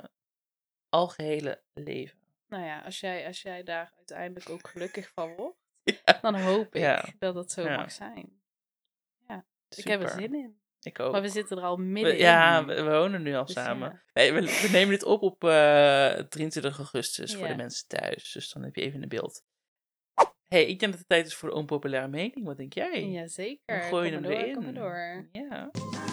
algehele leven. Nou ja, als jij, als jij daar uiteindelijk ook gelukkig van wordt, Ja, dan hoop ik Ja. dat het zo Ja. mag zijn. Ja, dus ik heb er super. zin in. Ik ook. Maar we zitten er al We- midden ja, in. we, we wonen nu al Dus samen. ja. Nee, we, we nemen dit op op eh, drieëntwintig augustus voor Ja. de mensen thuis. Dus dan heb je even een beeld. hey, ik denk dat het tijd is voor de onpopulaire mening. Wat denk jij? Jazeker. Dan gooi je kom hem maar door, erin. kom maar door. Ja.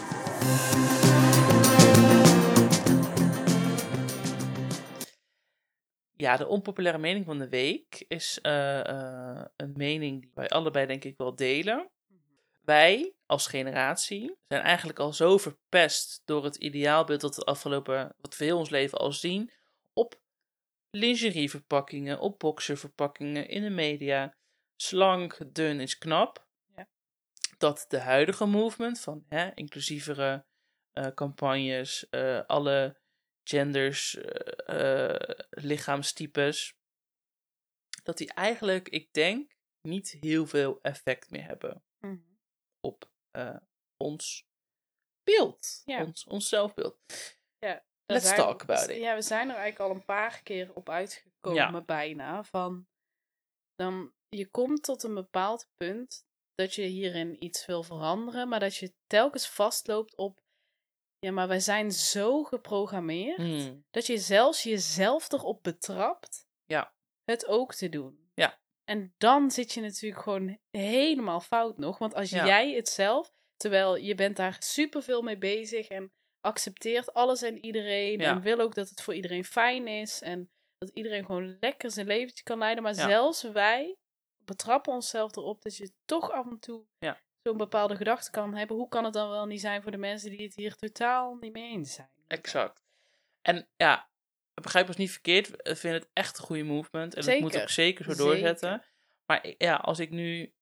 Ja, de onpopulaire mening van de week is eh, eh, een mening die wij allebei denk ik wel delen. Wij als generatie zijn eigenlijk al zo verpest door het ideaalbeeld dat we afgelopen, wat we heel ons leven al zien, op lingerieverpakkingen, op boxerverpakkingen, in de media. Slank, dun is knap. Ja. Dat de huidige movement van hè, inclusievere eh, campagnes, eh, alle genders, eh, eh, lichaamstypes, dat die eigenlijk, ik denk, niet heel veel effect meer hebben Mhm. op eh, ons beeld, Ja. ons, ons zelfbeeld. Daar Let's zijn- talk about it. Ja, we zijn er eigenlijk al een paar keer op uitgekomen Ja. bijna. Van, dan, je komt tot een bepaald punt dat je hierin iets wil veranderen, maar dat je telkens vastloopt op, ja, maar wij zijn zo geprogrammeerd, Hmm. dat je zelfs jezelf erop betrapt Ja. het ook te doen. Ja. En dan zit je natuurlijk gewoon helemaal fout nog. Want als Ja. jij het zelf, terwijl je bent daar superveel mee bezig en accepteert alles en iedereen Ja. en wil ook dat het voor iedereen fijn is en Dat iedereen gewoon lekker zijn leventje kan leiden. Maar Ja. zelfs wij betrappen onszelf erop dat je toch af en toe Ja. zo'n bepaalde gedachte kan hebben. Hoe kan het dan wel niet zijn voor de mensen die het hier totaal niet mee eens zijn? Exact. En ja, begrijp ons niet verkeerd. Ik vind het echt een goede movement. En het moet Zeker. ook zeker zo Zeker. doorzetten. Maar ik- ja, als ik nu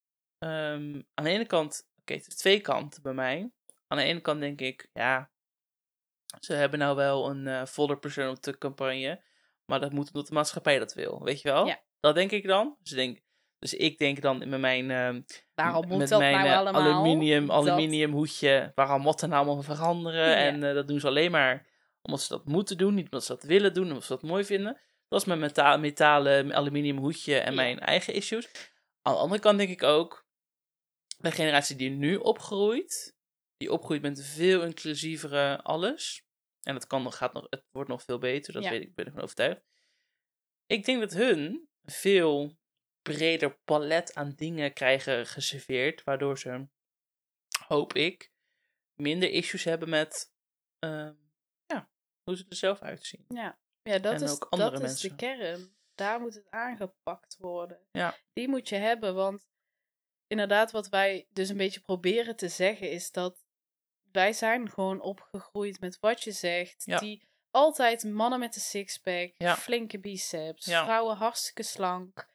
ehm, aan de ene kant... Oké, het is twee kanten bij mij. Aan de ene kant denk ik, ja... Ze hebben nou wel een eh voller persoon op de campagne. Maar dat moet omdat de maatschappij dat wil. Weet je wel? Ja. Dat denk ik dan. Dus, ik denk, dus ik denk dan met mijn... ehm, Waarom moet met dat mijn nou eh, allemaal? aluminium, Dat- aluminium hoedje. Waarom moet er nou allemaal veranderen? Ja. En eh, dat doen ze alleen maar omdat ze dat moeten doen. Niet omdat ze dat willen doen. Omdat ze dat mooi vinden. Dat is mijn meta- metalen aluminium hoedje en Ja. mijn eigen issues. Aan de andere kant denk ik ook... De generatie die nu opgroeit... Die opgroeit met veel inclusievere alles. En het, kan, nog- gaat nog, het wordt nog veel beter. Dat Ja. weet ik, ben ik van overtuigd. Ik denk dat hun veel breder palet aan dingen krijgen geserveerd. Waardoor ze, hoop ik, minder issues hebben met ehm, ja, hoe ze er zelf uitzien. Ja, ja dat, En is, ook andere dat is mensen. de kern. Daar moet het aangepakt worden. Ja. Die moet je hebben, want inderdaad wat wij dus een beetje proberen te zeggen is dat wij zijn gewoon opgegroeid met wat je zegt. Ja. Die altijd mannen met een sixpack, Ja. flinke biceps, Ja. vrouwen hartstikke slank.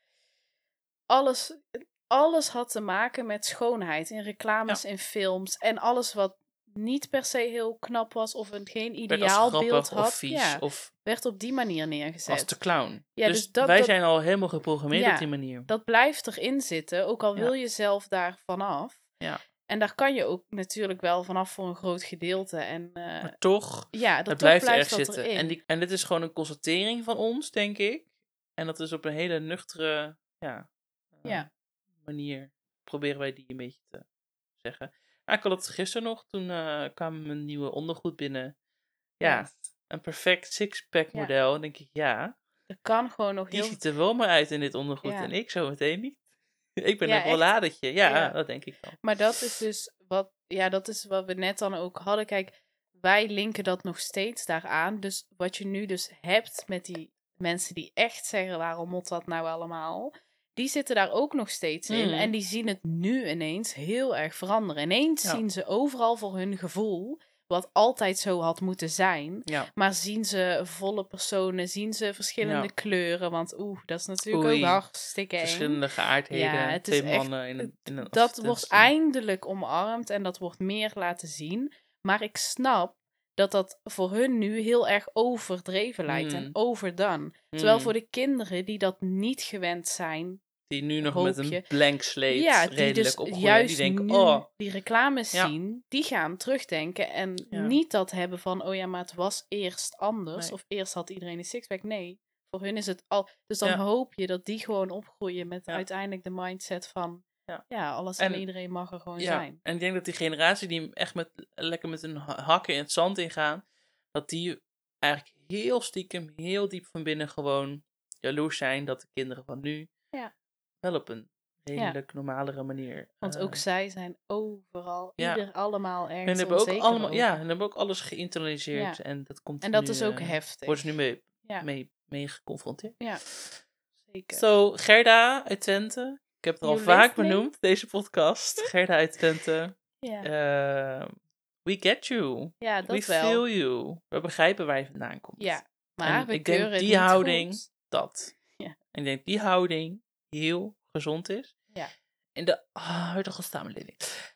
Alles, alles had te maken met schoonheid in reclames, in films. En alles wat niet per se heel knap was of een, geen Werd als ideaalbeeld grappig had, of vies ja, of werd op die manier neergezet. als de clown. Ja, dus dus dat- wij dat- zijn al helemaal geprogrammeerd Ja. op die manier. Dat blijft erin zitten, ook al Ja. wil je zelf daar vanaf. Ja. En daar kan je ook natuurlijk wel vanaf voor een groot gedeelte. En uh, Maar toch, ja, dat het toch blijft, blijft erg dat zitten. erin. En, die, en dit is gewoon een constatering van ons, denk ik. En dat is op een hele nuchtere ja, uh, Ja. manier. Proberen wij die een beetje te zeggen. Nou, ik had het gisteren nog. Toen uh, kwam mijn nieuwe ondergoed binnen. Ja, Yes. een perfect six-pack Ja. model. Dan denk ik, ja, Dat kan gewoon nog die heel... ziet er wel mooi uit in dit ondergoed. Ja. En ik zo meteen niet. Ik ben Ja, een echt. rolladetje. Ja, Ja. dat denk ik wel. Maar dat is dus wat, ja, dat is wat we net dan ook hadden. Kijk, wij linken dat nog steeds daaraan. Dus wat je nu dus hebt met die mensen die echt zeggen, waarom moet dat nou allemaal? Die zitten daar ook nog steeds in. Mhm. En die zien het nu ineens heel erg veranderen. Ineens Ja. zien ze overal voor hun gevoel, wat altijd zo had moeten zijn. Ja. Maar zien ze volle personen, zien ze verschillende Ja. kleuren. Want oeh, dat is natuurlijk Oei. ook hartstikke eng. Verschillende geaardheden. Ja, het is twee echt- mannen in een, in een Dat wordt assistentie. eindelijk omarmd en dat wordt meer laten zien. Maar ik snap dat dat voor hun nu heel erg overdreven lijkt en Mm. overdone. Terwijl Mm. voor de kinderen die dat niet gewend zijn, Die nu nog hoop met een je. blank slate ja, die redelijk dus opgroeien. juist Die denken, nu oh, die reclames Ja. zien, die gaan terugdenken en Ja. niet dat hebben van, oh ja, maar het was eerst anders. Nee. Of eerst had iedereen een sixpack. Nee, voor hun is het al... Dus dan Ja. hoop je dat die gewoon opgroeien met Ja. uiteindelijk de mindset van, Ja. ja, alles en, En- iedereen mag er gewoon ja. zijn. En ik denk dat die generatie die echt met, lekker met hun ha- hakken in het zand ingaan, dat die eigenlijk heel stiekem, heel diep van binnen gewoon jaloers zijn dat de kinderen van nu Ja. wel op een redelijk normalere manier. Want eh, ook zij zijn overal, ja. ieder allemaal en ergens hebben ook onzeker allemaal, over. ja, en hebben ook alles geïnternaliseerd. Ja. En dat komt En dat nu, is ook eh, heftig. worden ze nu mee, Ja. mee, mee geconfronteerd. Ja, zeker. Zo, Gerda uit Twente. Ik heb het al You vaak listening? benoemd, deze podcast. Gerda uit Twente. ja. Eh, we get you. ja, We dat wel. feel you. We begrijpen waar je vandaan komt. Ja, maar En we ik denk keuren het die niet houding- goed. Dat. Ja. En ik denk die houding heel gezond is. Ja. In de huidige samenleving.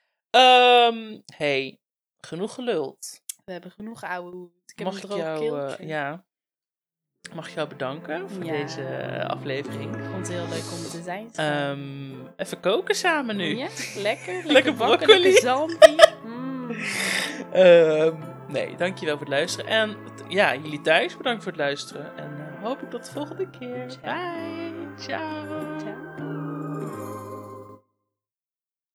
Ehm hey, genoeg geluld. We hebben genoeg oude hoed. Ik heb Mag een ik droog jou, keeltje. eh, ja, mag ik jou bedanken voor Ja. deze eh, aflevering. Ik vond het heel leuk om er te zijn. Ehm, even koken samen nu. Ja, lekker. Lekker, Lekker bakken, broccoli. lekker zalmpie. Mm. Ehm, nee, dankjewel voor het luisteren. En t- ja, jullie thuis bedankt voor het luisteren. En uh, hoop ik tot de volgende keer. Ciao. Bye. Ciao.